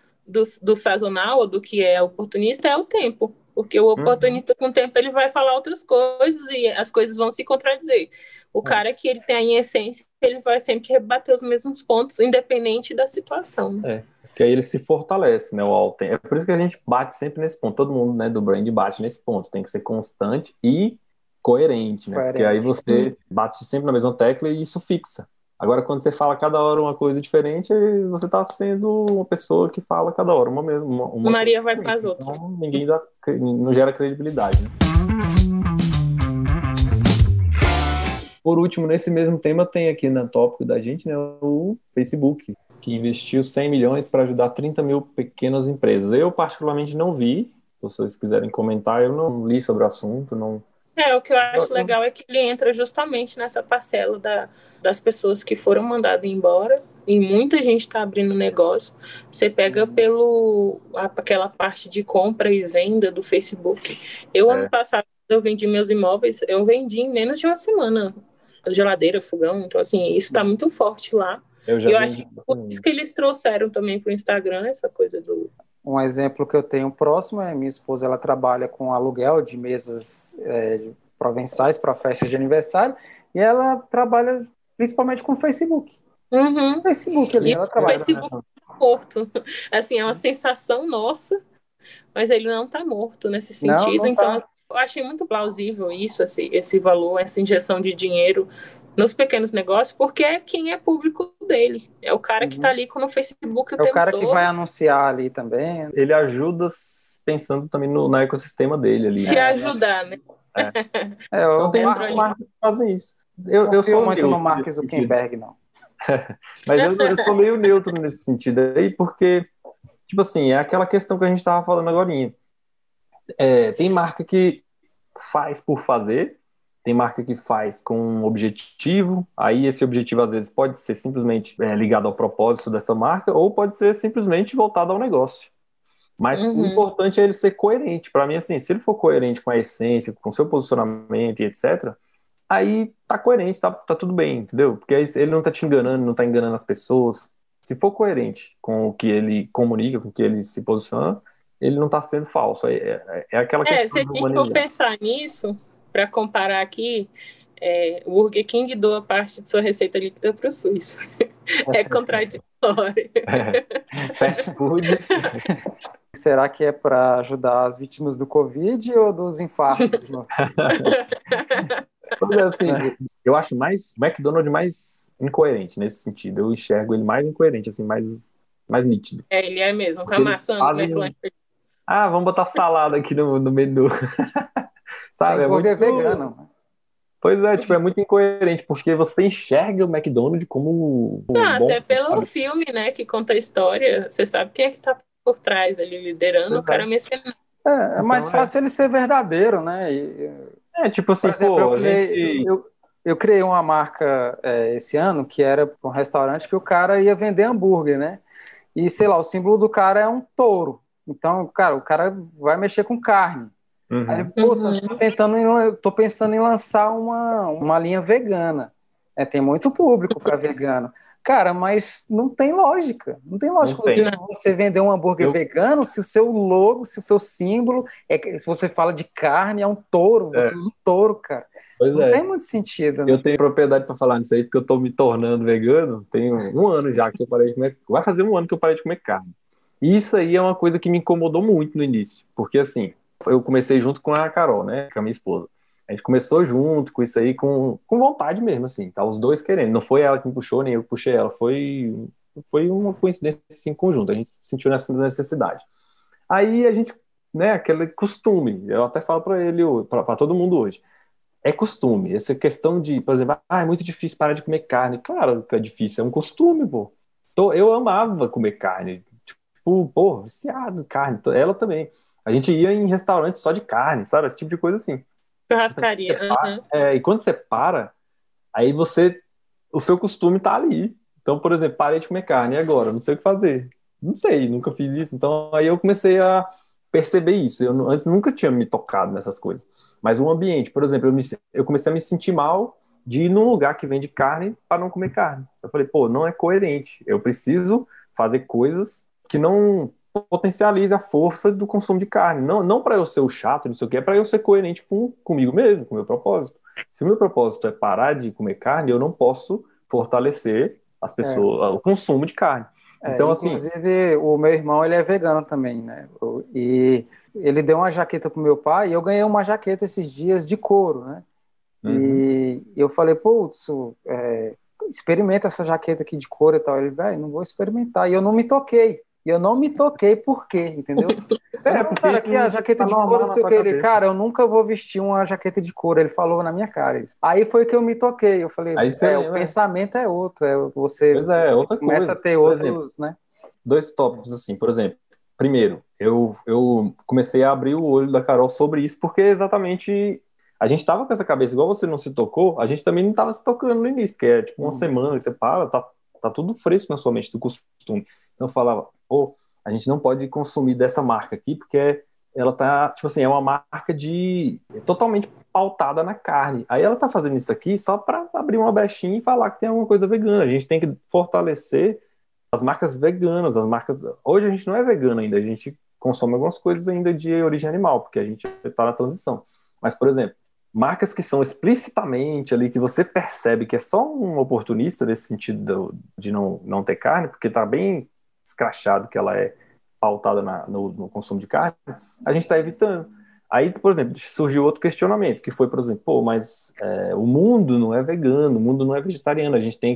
do sazonal, ou do que é oportunista, é o tempo. Porque o oportunista, com o tempo, ele vai falar outras coisas e as coisas vão se contradizer. O cara que ele tem a essência, ele vai sempre rebater os mesmos pontos, independente da situação. Que aí ele se fortalece, né, o autêntico. É por isso que a gente bate sempre nesse ponto. Todo mundo, né, do brand bate nesse ponto. Tem que ser constante e coerente, né? Porque aí você bate sempre na mesma tecla e isso fixa. Agora, quando você fala cada hora uma coisa diferente, você está sendo uma pessoa que fala cada hora uma Maria vai com as outras. Então, não gera credibilidade, né? Por último, nesse mesmo tema, tem aqui no tópico da gente, né, o Facebook, que investiu 100 milhões para ajudar 30 mil pequenas empresas. Eu, particularmente, não vi. Se vocês quiserem comentar, eu não li sobre o assunto. Não... O que eu acho legal é que ele entra justamente nessa parcela das pessoas que foram mandadas embora, e muita gente está abrindo negócio. Você pega aquela parte de compra e venda do Facebook. Ano passado, eu vendi meus imóveis, eu vendi em menos de uma semana. Geladeira, fogão, então assim, isso está muito forte lá. Eu acho que por isso que eles trouxeram também para o Instagram essa coisa do... Um exemplo que eu tenho próximo é minha esposa, ela trabalha com aluguel de mesas provençais para festas de aniversário, e ela trabalha principalmente com Facebook. Facebook ali, ela trabalha. O Facebook tá morto. Assim, é uma sensação nossa, mas ele não está morto nesse sentido. Então, eu achei muito plausível isso, esse valor, essa injeção de dinheiro nos pequenos negócios, porque é quem é público dele. É o cara que está ali no Facebook o tempo todo. É o cara que vai anunciar ali também. Ele ajuda pensando também no ecossistema dele ali. Se ajudar, né? Não tem marcas que fazem isso. Eu sou muito no Mark Zuckerberg, não. Mas eu sou meio neutro nesse sentido aí, porque, tipo assim, é aquela questão que a gente tava falando agorinha. Tem marca que faz por fazer, tem marca que faz com um objetivo, aí esse objetivo às vezes pode ser simplesmente ligado ao propósito dessa marca, ou pode ser simplesmente voltado ao negócio. Mas o Uhum. importante é ele ser coerente. Para mim, assim, se ele for coerente com a essência, com o seu posicionamento e etc., aí tá coerente, tá tudo bem, entendeu? Porque aí ele não tá te enganando, não tá enganando as pessoas. Se for coerente com o que ele comunica, com o que ele se posiciona, ele não tá sendo falso. É aquela Se questão a de gente for humanizar. pensar nisso, para comparar aqui, o Burger King doa parte de sua receita líquida para o SUS. É contraditório. Fast food. Será que é para ajudar as vítimas do Covid ou dos infartos? Pois é, assim, eu acho o McDonald's mais incoerente nesse sentido. Eu enxergo ele mais incoerente, assim, mais nítido. Ele é mesmo, com a Porque eles maçã no fazem. McLanche. Vamos botar salada aqui no menu. Tem Sabe? É muito. hambúrguer vegano. Pois é, tipo, é muito incoerente, porque você enxerga o McDonald's como Não, bom, até pelo sabe? filme, né, que conta a história, você sabe quem é que tá por trás ali, liderando o Pois cara é. mercenário. É mais Então fácil ele ser verdadeiro, né? tipo Por assim, exemplo, pô, a gente. eu criei uma marca esse ano que era um restaurante que o cara ia vender hambúrguer, né? E, sei lá, o símbolo do cara é um touro. Então, cara, o cara vai mexer com carne. Aí, Uhum. pô, Sancho, tô pensando em lançar uma linha vegana. Tem muito público para vegano. Cara, mas não tem lógica. Não tem Não lógica tem. você vender um hambúrguer Eu, vegano se o seu logo, se o seu símbolo se você fala de carne, é um touro. Você é, usa um touro, cara. pois Não tem é. muito sentido, né? Eu tenho propriedade para falar nisso aí, porque eu tô me tornando vegano. Tem um ano já que eu parei de comer. Vai fazer um ano que eu parei de comer carne. E isso aí é uma coisa que me incomodou muito no início. Porque assim, eu comecei junto com a Carol, né? Com a minha esposa. A gente começou junto com isso aí, com vontade mesmo, assim. Tá os dois querendo. Não foi ela que me puxou, nem eu que puxei ela. Foi uma coincidência assim, conjunta. A gente sentiu nessa necessidade. Aí a gente, né? Aquele costume. Eu até falo para ele, para todo mundo hoje. É costume. Essa questão de, por exemplo, é muito difícil parar de comer carne. Claro que é difícil, é um costume, pô. Eu amava comer carne. Tipo, pô, viciado em carne. Ela também. A gente ia em restaurantes só de carne, sabe? Esse tipo de coisa assim. Churrascaria. Uhum. E quando você para, aí o seu costume tá ali. Então, por exemplo, parei de comer carne, e agora? Não sei o que fazer. Não sei, nunca fiz isso. Então, aí eu comecei a perceber isso. Antes nunca tinha me tocado nessas coisas. Mas o ambiente, por exemplo, eu comecei a me sentir mal de ir num lugar que vende carne para não comer carne. Eu falei, pô, não é coerente. Eu preciso fazer coisas que não potencialize a força do consumo de carne. Não para eu ser o chato, não sei o que, é para eu ser coerente comigo mesmo, com o meu propósito. Se o meu propósito é parar de comer carne, eu não posso fortalecer as pessoas, o consumo de carne. Então, assim. Inclusive, o meu irmão, ele é vegano também, né? E ele deu uma jaqueta pro meu pai e eu ganhei uma jaqueta esses dias de couro, né? Uhum. E eu falei, putz, experimenta essa jaqueta aqui de couro e tal. Ele, velho, não vou experimentar. E eu não me toquei. E eu não me toquei por quê, entendeu? Não, Porque cara, aqui a jaqueta tá de couro, normal não na sei o sua que. Ele, cabeça. cara, eu nunca vou vestir uma jaqueta de couro. Ele falou na minha cara isso. Aí foi que eu me toquei. Eu falei, Aí você o lembra. pensamento é outro. Você Pois é, outra começa a coisa. ter Por exemplo, outros, né? dois tópicos assim, por exemplo. Primeiro, eu comecei a abrir o olho da Carol sobre isso, porque exatamente a gente tava com essa cabeça, igual você não se tocou, a gente também não tava se tocando no início, porque é tipo uma semana que você para, tá tudo fresco na sua mente, do costume. Então eu falava, pô, a gente não pode consumir dessa marca aqui, porque ela tá, tipo assim, é uma marca totalmente pautada na carne. Aí ela tá fazendo isso aqui só para abrir uma brechinha e falar que tem alguma coisa vegana. A gente tem que fortalecer as marcas veganas, as marcas. Hoje a gente não é vegano ainda, a gente consome algumas coisas ainda de origem animal, porque a gente está na transição. Mas, por exemplo, marcas que são explicitamente ali, que você percebe que é só um oportunista nesse sentido de não ter carne, porque está bem escrachado que ela é pautada no consumo de carne, a gente está evitando. Aí, por exemplo, surgiu outro questionamento, que foi, por exemplo, pô, mas o mundo não é vegano, o mundo não é vegetariano, a gente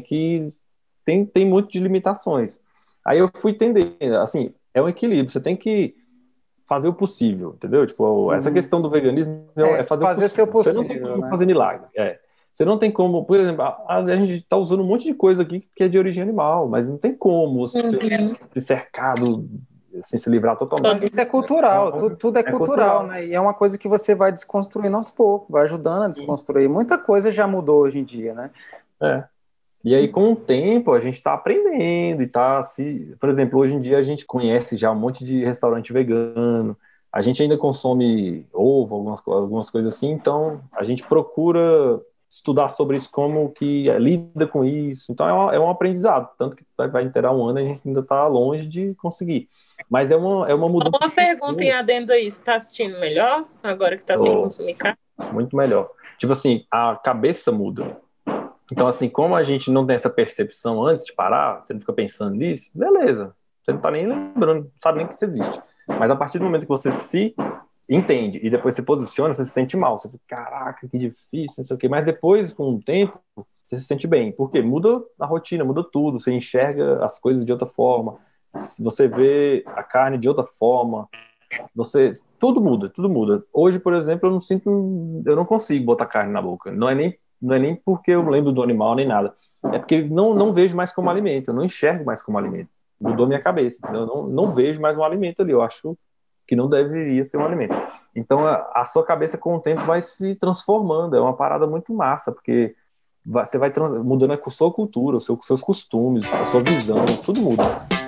tem muito de limitações. Aí eu fui entender, assim, é um equilíbrio, você tem que fazer o possível, entendeu? Tipo, essa questão do veganismo é fazer o Fazer seu possível. Você não tem possível, como né? fazer milagre. Você não tem como, por exemplo, às vezes a gente está usando um monte de coisa aqui que é de origem animal, mas não tem como você se cercar assim, se livrar totalmente. Mas isso é cultural, tudo é cultural, né? E é uma coisa que você vai desconstruindo aos poucos, vai ajudando a desconstruir. Muita coisa já mudou hoje em dia, né? E aí, com o tempo, a gente está aprendendo e tá se... Por exemplo, hoje em dia a gente conhece já um monte de restaurante vegano, a gente ainda consome ovo, algumas coisas assim, então a gente procura estudar sobre isso, como que lida com isso. Então é um aprendizado, tanto que vai inteirar um ano e a gente ainda está longe de conseguir. Mas é uma mudança. Uma pergunta em adendo aí, você está assistindo melhor, agora que está sem consumir carne? Muito melhor. Tipo assim, a cabeça muda. Então, assim, como a gente não tem essa percepção antes de parar, você não fica pensando nisso, beleza. Você não tá nem lembrando, não sabe nem que isso existe. Mas a partir do momento que você se entende e depois se posiciona, você se sente mal. Você fica, caraca, que difícil, não sei o quê. Mas depois, com o tempo, você se sente bem. Por quê? Muda a rotina, muda tudo. Você enxerga as coisas de outra forma. Você vê a carne de outra forma. Tudo muda, tudo muda. Hoje, por exemplo, eu não consigo botar carne na boca. Não é nem porque eu lembro do animal nem nada. É porque não vejo mais como alimento, eu não enxergo mais como alimento. Mudou minha cabeça. Eu não vejo mais um alimento ali. Eu acho que não deveria ser um alimento. Então, a sua cabeça, com o tempo, vai se transformando. É uma parada muito massa, porque você vai mudando a sua cultura, os seus costumes, a sua visão, tudo muda.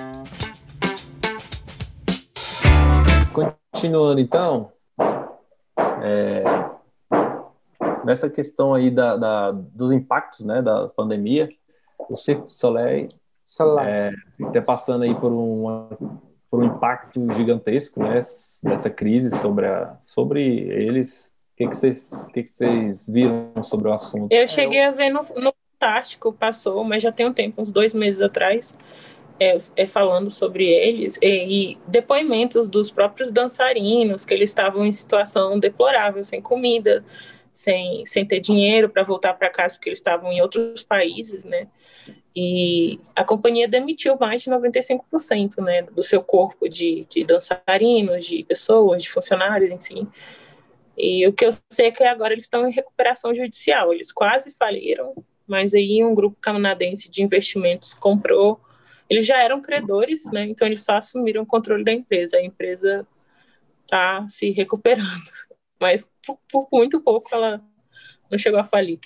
Continuando, então, nessa questão aí dos impactos, né, da pandemia, o Cirque du Soleil está passando aí por um impacto gigantesco, né, dessa crise sobre eles. O que vocês viram sobre o assunto? Eu cheguei a ver no Fantástico, passou, mas já tem um tempo, uns 2 meses atrás, falando sobre eles, e depoimentos dos próprios dançarinos, que eles estavam em situação deplorável, sem comida, sem ter dinheiro para voltar para casa, porque eles estavam em outros países, né? E a companhia demitiu mais de 95%, né, do seu corpo de dançarinos, de pessoas, de funcionários, enfim. E o que eu sei é que agora eles estão em recuperação judicial. Eles quase faliram, mas aí um grupo canadense de investimentos comprou. Eles já eram credores, né? Então eles só assumiram o controle da empresa. A empresa está se recuperando, mas por muito pouco ela não chegou a falir.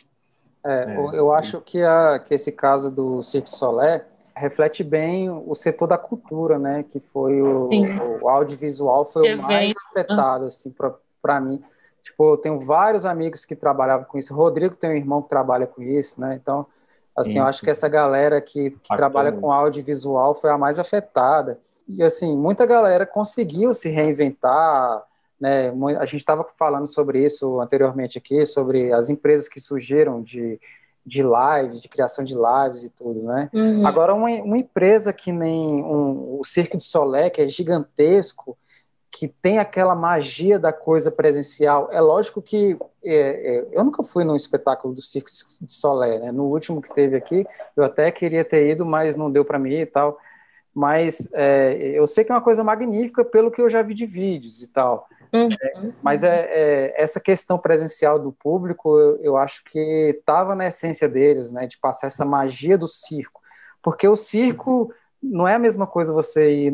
Eu acho que esse caso do Cirque du Soleil reflete bem o setor da cultura, né? Que foi o audiovisual foi o mais afetado, assim, para mim. Tipo, eu tenho vários amigos que trabalhavam com isso. O Rodrigo tem um irmão que trabalha com isso, né? Então, assim, eu acho que essa galera que trabalha com audiovisual foi a mais afetada. E, assim, muita galera conseguiu se reinventar, né? A gente estava falando sobre isso anteriormente aqui, sobre as empresas que surgiram de lives, de criação de lives e tudo, né? Uhum. Agora, uma empresa que nem o Cirque du Soleil, que é gigantesco, que tem aquela magia da coisa presencial. É lógico que eu nunca fui num espetáculo do Cirque du Soleil, né? No último que teve aqui, eu até queria ter ido, mas não deu para mim e tal. Mas eu sei que é uma coisa magnífica pelo que eu já vi de vídeos e tal. Uhum. Mas essa questão presencial do público, eu acho que estava na essência deles, né? De passar essa magia do circo. Porque o circo não é a mesma coisa você ir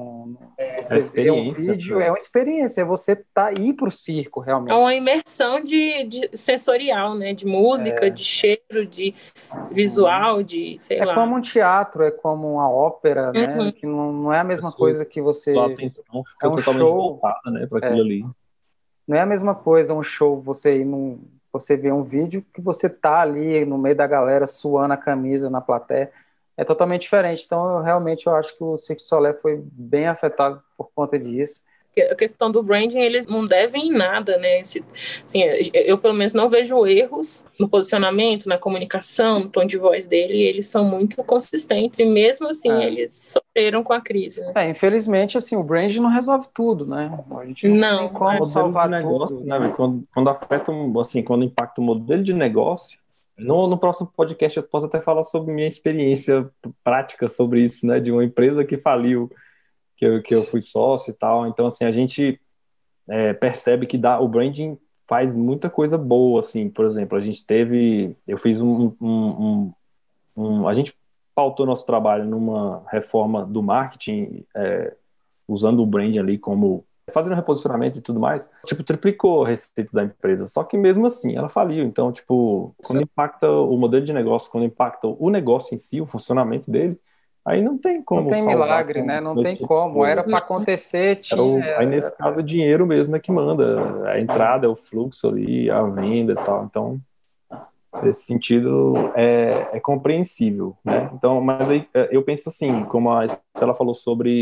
você ver um vídeo, é uma experiência, é você ir para o circo realmente. É uma imersão de sensorial, né? De música, de cheiro, de visual, de sei lá. É como um teatro, é como uma ópera, né? Que não é a mesma coisa que você. Sua atenção fica totalmente voltada, né, para aquilo ali. Não é a mesma coisa um show, você vê um vídeo que você tá ali no meio da galera suando a camisa na plateia. É totalmente diferente. Então, eu acho que o Cirque du Soleil foi bem afetado por conta disso. A questão do branding, eles não devem em nada, né? Assim, eu, pelo menos, não vejo erros no posicionamento, na comunicação, no tom de voz dele, e eles são muito consistentes, e mesmo assim, eles sofreram com a crise, né? Infelizmente, assim, o branding não resolve tudo, né? A gente não tem como salvar negócio, tudo. Né? Quando afeta, assim, quando impacta o modelo de negócio. No próximo podcast eu posso até falar sobre minha experiência prática sobre isso, né? De uma empresa que faliu, que eu fui sócio e tal. Então, assim, a gente percebe que o branding faz muita coisa boa, assim, por exemplo, eu fiz a gente pautou nosso trabalho numa reforma do marketing, usando o branding ali como, fazendo reposicionamento e tudo mais, tipo, triplicou a receita da empresa, só que mesmo assim, ela faliu, então, tipo, quando impacta o modelo de negócio, quando impacta o negócio em si, o funcionamento dele, aí não tem Não como tem salvar milagre, né? Não com esse tem tipo de como. coisa. Era para acontecer, Aí, nesse caso, o dinheiro mesmo é que manda. A entrada, é o fluxo ali, a venda e tal. Então, nesse sentido, é compreensível, né? Então, mas aí eu penso assim, como a Estela falou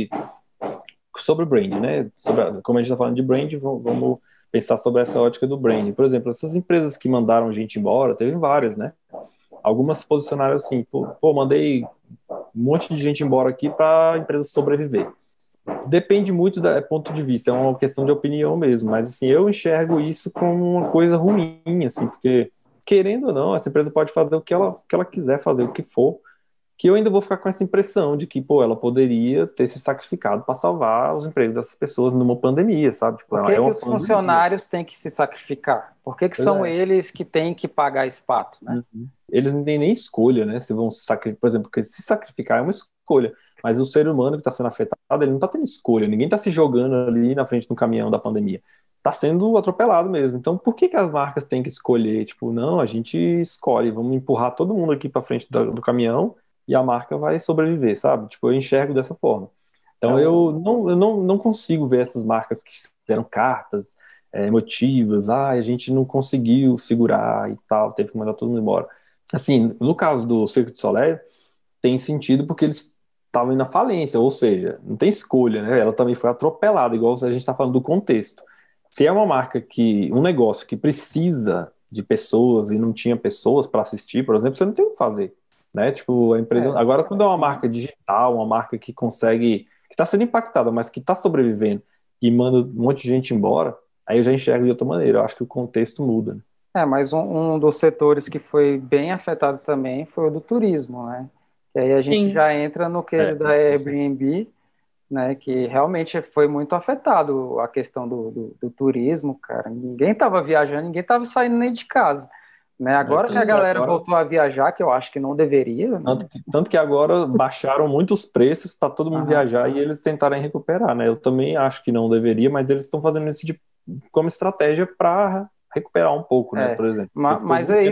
sobre o brand, né? Como a gente está falando de brand, vamos pensar sobre essa ótica do brand. Por exemplo, essas empresas que mandaram gente embora, teve várias, né? Algumas se posicionaram assim, pô, mandei um monte de gente embora aqui para a empresa sobreviver. Depende muito do ponto de vista, é uma questão de opinião mesmo, mas assim, eu enxergo isso como uma coisa ruim, assim, porque querendo ou não, essa empresa pode fazer o que ela quiser fazer, o que for, que eu ainda vou ficar com essa impressão de que, pô, ela poderia ter se sacrificado para salvar os empregos dessas pessoas numa pandemia, sabe? Tipo, por é que que uma os pandemia. funcionários têm que se sacrificar? Por que que Pois são é. eles que têm que pagar esse pato, né? Eles não têm nem escolha, né? Se vão se sacrificar, por exemplo, porque se sacrificar é uma escolha, mas o ser humano que está sendo afetado, ele não está tendo escolha, ninguém está se jogando ali na frente do caminhão da pandemia. Está sendo atropelado mesmo. Então, por que que as marcas têm que escolher? Tipo, não, a gente escolhe, vamos empurrar todo mundo aqui para frente do caminhão e a marca vai sobreviver, sabe? Tipo, eu enxergo dessa forma. Então, eu não consigo ver essas marcas que fizeram cartas emotivas, a gente não conseguiu segurar e tal, teve que mandar todo mundo embora. Assim, no caso do Cirque du Soleil, tem sentido porque eles estavam indo à falência, ou seja, não tem escolha, né? Ela também foi atropelada, igual a gente está falando do contexto. Se é uma marca um negócio que precisa de pessoas e não tinha pessoas para assistir, por exemplo, você não tem o que fazer, né? Tipo, a empresa. Agora, quando é uma marca digital, uma marca que consegue, que está sendo impactada, mas que está sobrevivendo e manda um monte de gente embora, aí eu já enxergo de outra maneira. Eu acho que o contexto muda, né? Mas um dos setores que foi bem afetado também foi o do turismo, né? E aí a gente Sim. já entra no case da Airbnb, né? Que realmente foi muito afetado a questão do turismo, cara. Ninguém estava viajando, ninguém estava saindo nem de casa, né? Agora que a galera voltou a viajar, que eu acho que não deveria, né? Tanto que agora baixaram muito os preços para todo mundo Aham. viajar e eles tentarem recuperar, né? Eu também acho que não deveria, mas eles estão fazendo isso como estratégia para recuperar um pouco, né? Por exemplo. Mas aí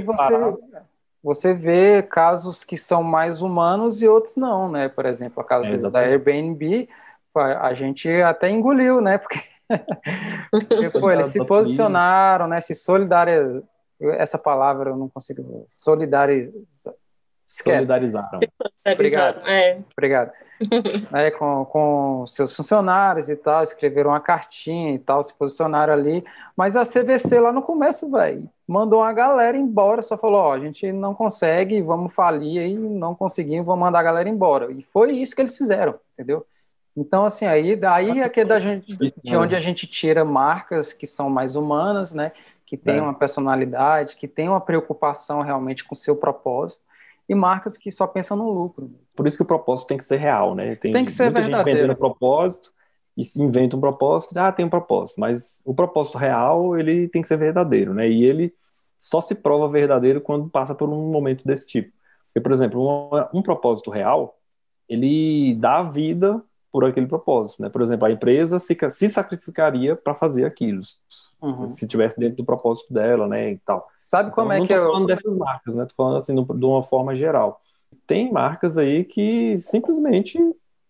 você vê casos que são mais humanos e outros não, né? Por exemplo, a caso da Airbnb, a gente até engoliu, né? Porque eles se posicionaram, né? Se solidarizaram. Essa palavra eu não consigo. Solidarizaram. Obrigado. Obrigado. Com seus funcionários e tal, escreveram uma cartinha e tal, se posicionaram ali, mas a CVC lá no começo, velho, mandou uma galera embora, só falou, ó, a gente não consegue, vamos falir aí, não conseguimos, vamos mandar a galera embora, e foi isso que eles fizeram, entendeu? Então, assim, daí é que de onde a gente tira marcas que são mais humanas, né, que tem uma personalidade, que tem uma preocupação realmente com o seu propósito, e marcas que só pensam no lucro. Por isso que o propósito tem que ser real, né? Tem que ser muita verdadeiro. gente vendendo propósito e se inventa um propósito, tem um propósito, mas o propósito real, ele tem que ser verdadeiro, né? E ele só se prova verdadeiro quando passa por um momento desse tipo. Porque, por exemplo, um propósito real, ele dá vida por aquele propósito, né? Por exemplo, a empresa se sacrificaria para fazer aquilo, se tivesse dentro do propósito dela, né, e tal. Sabe como então, é que eu... Não tô falando dessas marcas, né? Tô falando assim, de uma forma geral. Tem marcas aí que simplesmente,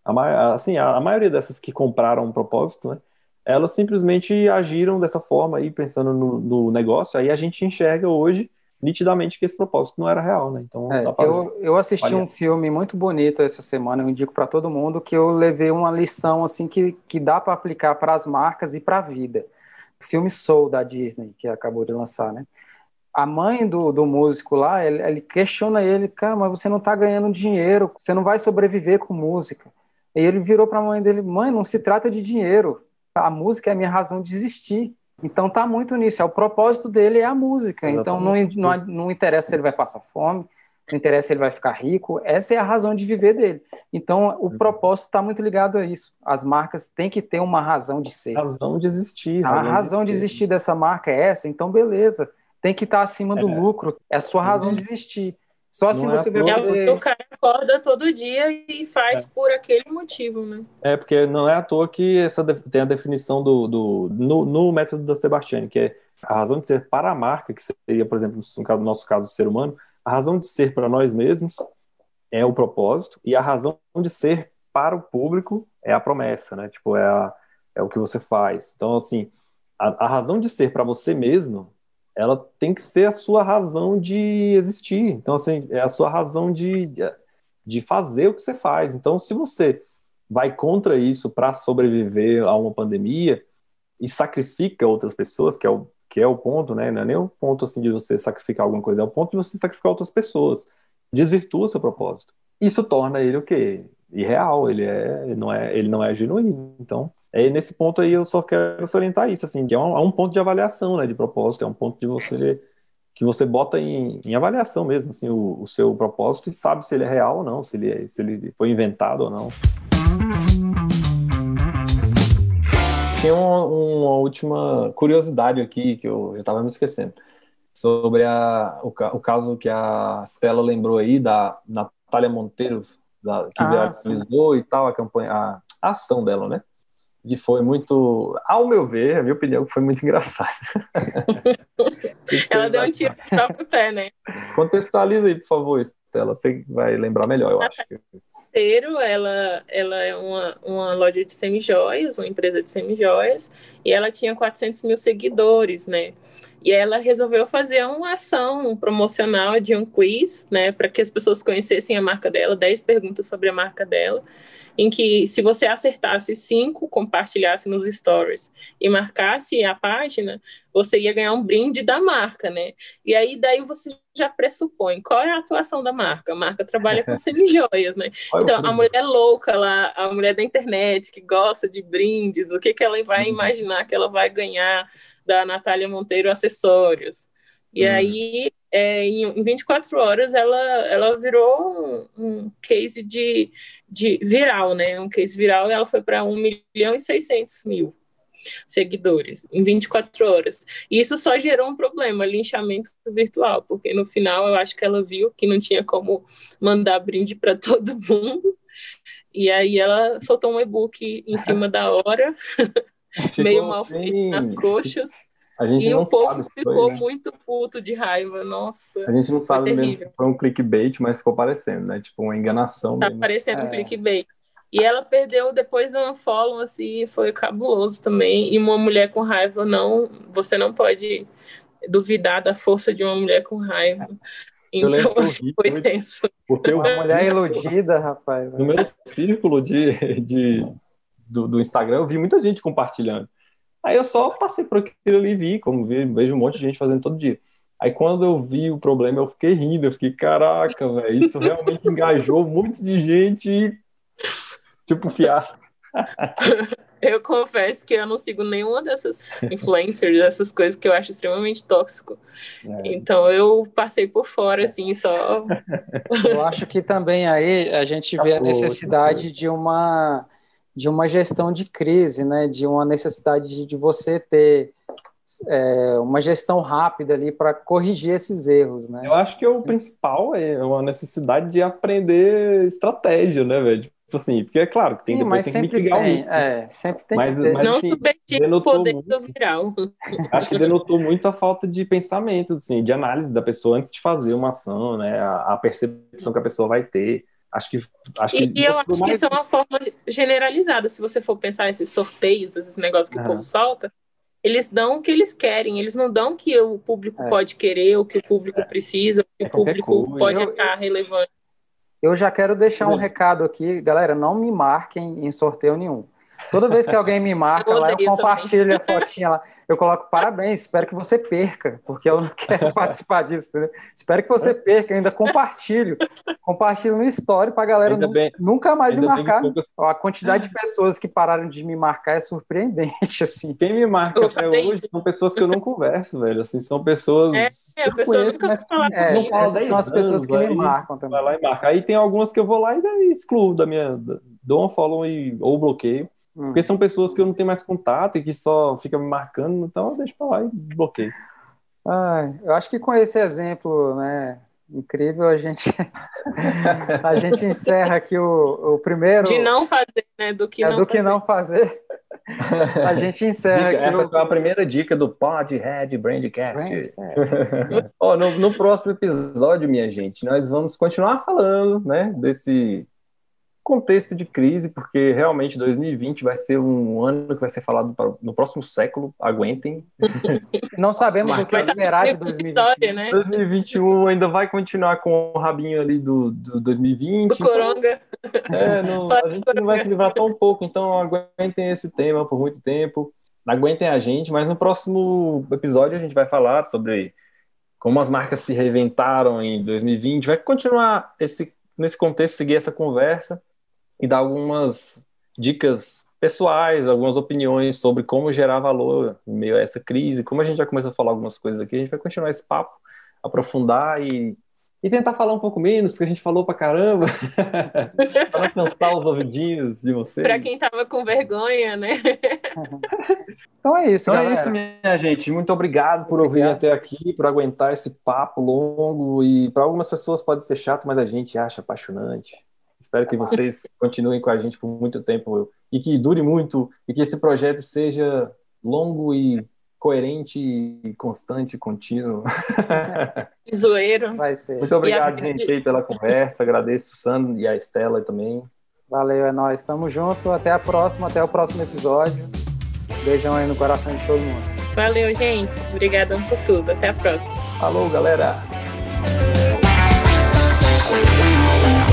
a maioria dessas que compraram um propósito, né? Elas simplesmente agiram dessa forma aí, pensando no negócio, aí a gente enxerga hoje nitidamente que esse propósito não era real, né? Então, dá pra eu assisti um filme muito bonito essa semana, eu indico para todo mundo, que eu levei uma lição assim que dá para aplicar para as marcas e para a vida. O filme Soul, da Disney, que acabou de lançar, né? A mãe do músico lá, ele questiona ele, cara, mas você não está ganhando dinheiro, você não vai sobreviver com música. E ele virou para a mãe dele, mãe, não se trata de dinheiro, a música é a minha razão de existir. Então tá muito nisso, o propósito dele é a música. Exatamente. Então não interessa se ele vai passar fome, não interessa se ele vai ficar rico, essa é a razão de viver dele. Então, o propósito está muito ligado a isso. As marcas têm que ter uma razão de ser. Razão de existir. A razão de existir dessa marca é essa, então beleza. Tem que estar acima do lucro. É a sua razão de existir. Só assim você vai poder... O cara acorda todo dia e faz por aquele motivo, né? Porque não é à toa que tem a definição no método da Sebastiani, que é a razão de ser para a marca, que seria, por exemplo, no nosso caso, o ser humano, a razão de ser para nós mesmos é o propósito, e a razão de ser para o público é a promessa, né? Tipo, é o que você faz. Então, assim, a razão de ser para você mesmo, ela tem que ser a sua razão de existir. Então, assim, é a sua razão de fazer o que você faz. Então, se você vai contra isso para sobreviver a uma pandemia e sacrifica outras pessoas, que é o ponto, né? Não é nem o ponto assim de você sacrificar alguma coisa, é o ponto de você sacrificar outras pessoas. Desvirtua seu propósito. Isso torna ele o quê? Irreal, ele não é genuíno. Então, nesse ponto aí eu só quero salientar isso, assim, que é um ponto de avaliação, né, de propósito, é um ponto de você que você bota em avaliação mesmo, assim, o seu propósito e sabe se ele é real ou não, se ele foi inventado ou não. Tinha uma última curiosidade aqui que eu já estava me esquecendo, sobre o caso que a Stella lembrou aí da Natália Monteiro, que viralizou e tal, a ação dela, né? E foi muito, ao meu ver, a minha opinião, foi muito engraçado. Ela deu um tiro no próprio pé, né? Contextualiza aí, por favor, Stella, você vai lembrar melhor, eu acho. Ela é uma loja de semijoias, uma empresa de semijoias, e ela tinha 400 mil seguidores, né? E ela resolveu fazer uma ação promocional de um quiz, né, para que as pessoas conhecessem a marca dela, 10 perguntas sobre a marca dela, em que se você acertasse 5, compartilhasse nos stories e marcasse a página, você ia ganhar um brinde da marca, né? E aí daí você já pressupõe qual é a atuação da marca. A marca trabalha com semijoias, né? Então, a mulher louca lá, a mulher da internet que gosta de brindes, o que ela vai imaginar que ela vai ganhar da Natália Monteiro Acessórios? E aí, em 24 horas, ela virou um case de viral, né? Um case viral, e ela foi para 1.600.000 seguidores em 24 horas. E isso só gerou um problema, linchamento virtual, porque no final eu acho que ela viu que não tinha como mandar brinde para todo mundo, e aí ela soltou um e-book em cima da hora, meio mal feito nas coxas. E o povo ficou muito puto de raiva, nossa. A gente não sabe mesmo se foi um clickbait, mas ficou parecendo, né? Tipo, uma enganação mesmo. Tá parecendo um clickbait. E ela perdeu depois um follow, assim, foi cabuloso também. E uma mulher com raiva, você não pode duvidar da força de uma mulher com raiva. Então, assim, foi tenso. Porque uma mulher iludida, rapaz. No meu círculo do Instagram, eu vi muita gente compartilhando. Aí eu só passei por aquilo ali e vi, vejo um monte de gente fazendo todo dia. Aí quando eu vi o problema, eu fiquei rindo, eu fiquei, caraca, velho, isso realmente engajou um monte de gente e, tipo, fiasco. Eu confesso que eu não sigo nenhuma dessas influencers, dessas coisas que eu acho extremamente tóxico. Então eu passei por fora, assim, só... Eu acho que também aí a gente vê a necessidade de uma gestão de crise, né? De uma necessidade de você ter uma gestão rápida ali para corrigir esses erros, né? Eu acho que o principal é uma necessidade de aprender estratégia, né, velho? Tipo assim, porque é claro, depois tem que mitigar isso. Sempre tem que ter. Não subestime o poder do viral. Acho que denotou muito a falta de pensamento, assim, de análise da pessoa antes de fazer uma ação, né? A percepção que a pessoa vai ter. E eu acho que isso é uma forma generalizada. Se você for pensar esses sorteios, esses negócios que o povo solta, eles dão o que eles querem, eles não dão o que o público pode querer, o que o público precisa, o que o público pode achar relevante. Eu já quero deixar um recado aqui, galera, não me marquem em sorteio nenhum. Toda vez que alguém me marca lá, eu compartilho a fotinha lá. Eu coloco parabéns, espero que você perca, porque eu não quero participar disso, entendeu? Espero que você perca, eu ainda compartilho no story pra galera nunca mais me marcar. A quantidade de pessoas que pararam de me marcar é surpreendente, assim. Quem me marca até hoje são pessoas que eu não converso, velho, assim, são pessoas que eu conheço, mas não essas são as pessoas que me marcam também. Vai lá e marca. Aí tem algumas que eu vou lá e excluo dou um follow ou bloqueio. Porque são pessoas que eu não tenho mais contato e que só ficam me marcando, então eu deixo pra lá e bloqueio. Eu acho que com esse exemplo, né, incrível, a gente encerra aqui o primeiro... De não fazer, né, do que não fazer. A gente encerra aqui essa foi a primeira dica do Podhead Brandcast. No próximo episódio, minha gente, nós vamos continuar falando, né, desse contexto de crise, porque realmente 2020 vai ser um ano que vai ser falado no próximo século, aguentem. Não sabemos o que esperar de 2021. Né? 2021 ainda vai continuar com o rabinho ali do 2020. Do coronga. A gente não vai se livrar tão pouco, então aguentem esse tema por muito tempo. Aguentem a gente, mas no próximo episódio a gente vai falar sobre como as marcas se reinventaram em 2020. Vai continuar nesse contexto, seguir essa conversa e dar algumas dicas pessoais, algumas opiniões sobre como gerar valor em meio a essa crise. Como a gente já começou a falar algumas coisas aqui, a gente vai continuar esse papo, aprofundar e tentar falar um pouco menos, porque a gente falou pra caramba, para não cansar os ouvidinhos de vocês. Para quem tava com vergonha, né? Então é isso, galera. É isso, minha gente. Muito obrigado por ouvir até aqui, por aguentar esse papo longo, e para algumas pessoas pode ser chato, mas a gente acha apaixonante. Espero que vocês continuem com a gente por muito tempo e que dure muito e que esse projeto seja longo e coerente e constante, contínuo. Zoeiro. Vai ser. Muito obrigado, gente, aí pela conversa. Agradeço o Sandro e a Estela também. Valeu, é nóis. Tamo junto. Até a próxima, até o próximo episódio. Beijão aí no coração de todo mundo. Valeu, gente. Obrigadão por tudo. Até a próxima. Falou, galera.